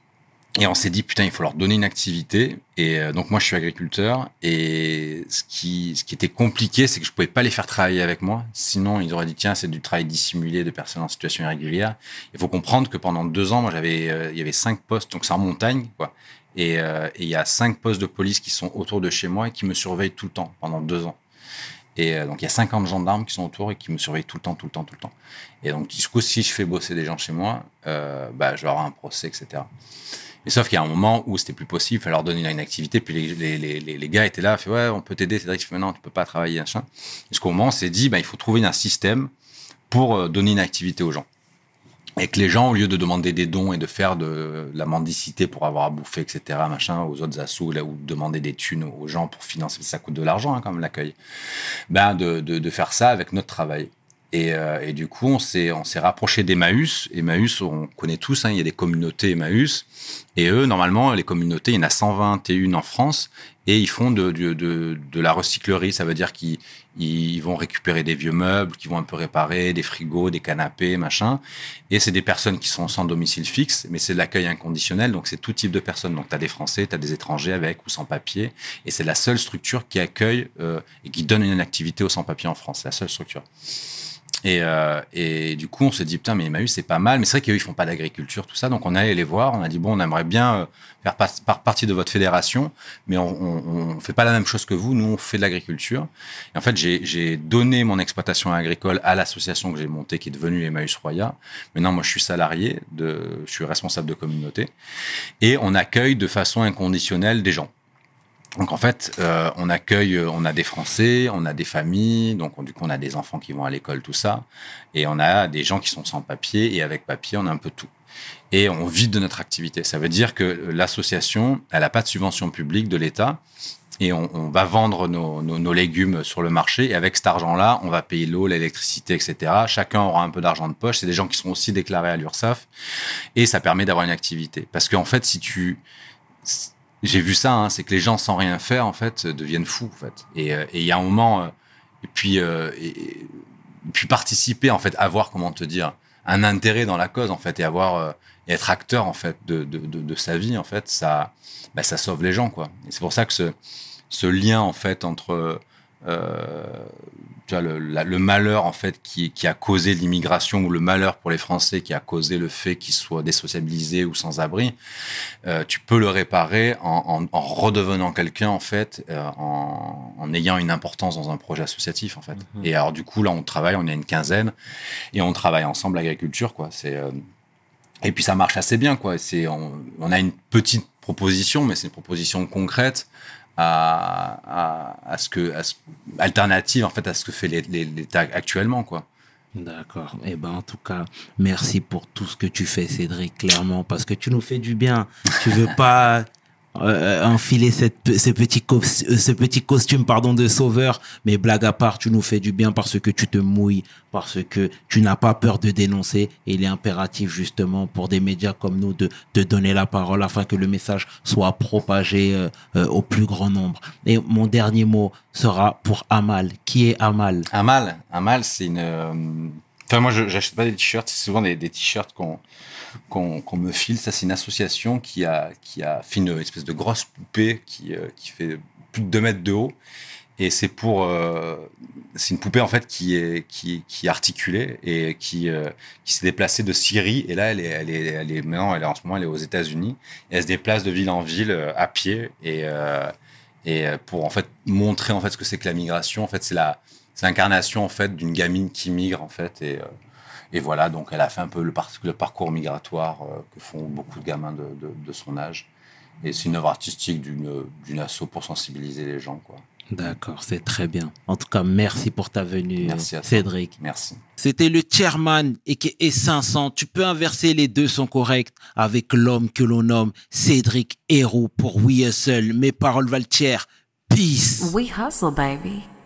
Et on s'est dit, putain, il faut leur donner une activité. Et euh, donc, moi, je suis agriculteur. Et ce qui, ce qui était compliqué, c'est que je pouvais pas les faire travailler avec moi. Sinon, ils auraient dit, tiens, c'est du travail dissimulé de personnes en situation irrégulière. Il faut comprendre que pendant deux ans, moi, j'avais, euh, il y avait cinq postes. Donc, c'est en montagne, quoi. Et euh, il y a cinq postes de police qui sont autour de chez moi et qui me surveillent tout le temps pendant deux ans. Et euh, donc, il y a cinquante gendarmes qui sont autour et qui me surveillent tout le temps, tout le temps, tout le temps. Et donc, du coup, si je fais bosser des gens chez moi, euh, bah, je vais avoir un procès, et cetera. Mais sauf qu'il y a un moment où c'était plus possible, il fallait leur donner une activité, puis les, les, les, les gars étaient là, fait ouais, on peut t'aider, c'est vrai que je fais non, tu peux pas travailler, machin. Jusqu'au moment où on s'est dit, bah, il faut trouver un système pour donner une activité aux gens. Et que les gens, au lieu de demander des dons et de faire de la mendicité pour avoir à bouffer, et cetera, machin, aux autres assos, là, ou demander des thunes aux gens pour financer, ça coûte de l'argent, hein, quand même, l'accueil. Ben, de, de, de faire ça avec notre travail. Et, euh, et du coup, on s'est, on s'est rapproché d'Emmaüs. Emmaüs, on connaît tous, hein, il y a des communautés Emmaüs. Et eux, normalement, les communautés, il y en a cent vingt et un en France. Et ils font de, de, de, de la recyclerie. Ça veut dire qu'ils ils vont récupérer des vieux meubles, qu'ils vont un peu réparer, des frigos, des canapés, machin. Et c'est des personnes qui sont sans domicile fixe, mais c'est de l'accueil inconditionnel. Donc, c'est tout type de personnes. Donc, tu as des Français, tu as des étrangers avec ou sans papier. Et c'est la seule structure qui accueille euh, et qui donne une activité aux sans-papiers en France. C'est la seule structure. Et, euh, et du coup, on s'est dit, putain, mais Emmaüs, c'est pas mal. Mais c'est vrai qu'eux, ils font pas d'agriculture, tout ça. Donc, on est allé les voir. On a dit, bon, on aimerait bien euh, faire par, par partie de votre fédération, mais on, on, on fait pas la même chose que vous. Nous, on fait de l'agriculture. Et en fait, j'ai, j'ai donné mon exploitation agricole à l'association que j'ai montée, qui est devenue Emmaüs Roya. Maintenant, moi, je suis salarié, de, je suis responsable de communauté. Et on accueille de façon inconditionnelle des gens. Donc en fait, euh, on accueille, on a des Français, on a des familles, donc on, du coup on a des enfants qui vont à l'école, tout ça, et on a des gens qui sont sans papier, et avec papier on a un peu tout. Et on vit de notre activité. Ça veut dire que l'association, elle n'a pas de subvention publique de l'État, et on, on va vendre nos, nos, nos légumes sur le marché, et avec cet argent-là, on va payer l'eau, l'électricité, et cetera. Chacun aura un peu d'argent de poche. C'est des gens qui sont aussi déclarés à l'URSSAF, et ça permet d'avoir une activité. Parce qu'en fait, si tu... J'ai vu ça, hein, c'est que les gens sans rien faire en fait deviennent fous en fait. Et il euh, y a un moment, euh, et puis euh, et, et puis participer en fait, avoir comment te dire, un intérêt dans la cause en fait, et avoir euh, et être acteur en fait de, de de de sa vie en fait, ça bah, ça sauve les gens quoi. Et c'est pour ça que ce ce lien en fait entre euh, tu vois, le, la, le malheur en fait qui, qui a causé l'immigration, ou le malheur pour les Français qui a causé le fait qu'ils soient désociabilisés ou sans abri, euh, tu peux le réparer en, en, en redevenant quelqu'un en fait, euh, en, en ayant une importance dans un projet associatif en fait. Mmh. Et alors du coup là on travaille, on est une quinzaine et on travaille ensemble l'agriculture quoi. C'est euh, et puis ça marche assez bien quoi. C'est on, on a une petite proposition, mais c'est une proposition concrète. À, à, à ce que, à ce, alternative en fait à ce que fait l'État actuellement quoi. D'accord. Eh ben en tout cas, merci pour tout ce que tu fais, Cédric, clairement, parce que tu nous fais du bien. Tu veux pas euh, enfiler cette, ce petit co- ce petit costume pardon de sauveur, mais blague à part, tu nous fais du bien parce que tu te mouilles, parce que tu n'as pas peur de dénoncer, et il est impératif justement pour des médias comme nous de de donner la parole afin que le message soit propagé euh, euh, au plus grand nombre. Et mon dernier mot sera pour Amal. Qui est Amal? Amal, Amal, c'est une. Euh... Enfin, moi, je j'achète pas des t-shirts. C'est souvent des, des t-shirts qu'on qu'on qu'on me file. Ça, c'est une association qui a qui a fait une espèce de grosse poupée qui euh, qui fait plus de deux mètres de haut. Et c'est pour, euh, c'est une poupée en fait qui est qui qui est articulée et qui euh, qui s'est déplacée de Syrie, et là elle est elle est elle est maintenant elle est en ce moment elle est aux États-Unis, et elle se déplace de ville en ville euh, à pied, et euh, et pour en fait montrer en fait ce que c'est que la migration. En fait c'est la c'est l'incarnation en fait d'une gamine qui migre en fait, et euh, et voilà, donc elle a fait un peu le, par- le parcours migratoire euh, que font beaucoup de gamins de, de de son âge, et c'est une œuvre artistique d'une d'une asso pour sensibiliser les gens quoi. D'accord, c'est très bien. En tout cas, merci pour ta venue, Merci à toi. Cédric. Merci. C'était le chairman et qui est cinq cents. Tu peux inverser, les deux sont corrects, avec l'homme que l'on nomme Cédric Héroux pour We Hustle. Mes paroles valent cher. Peace. We hustle, baby.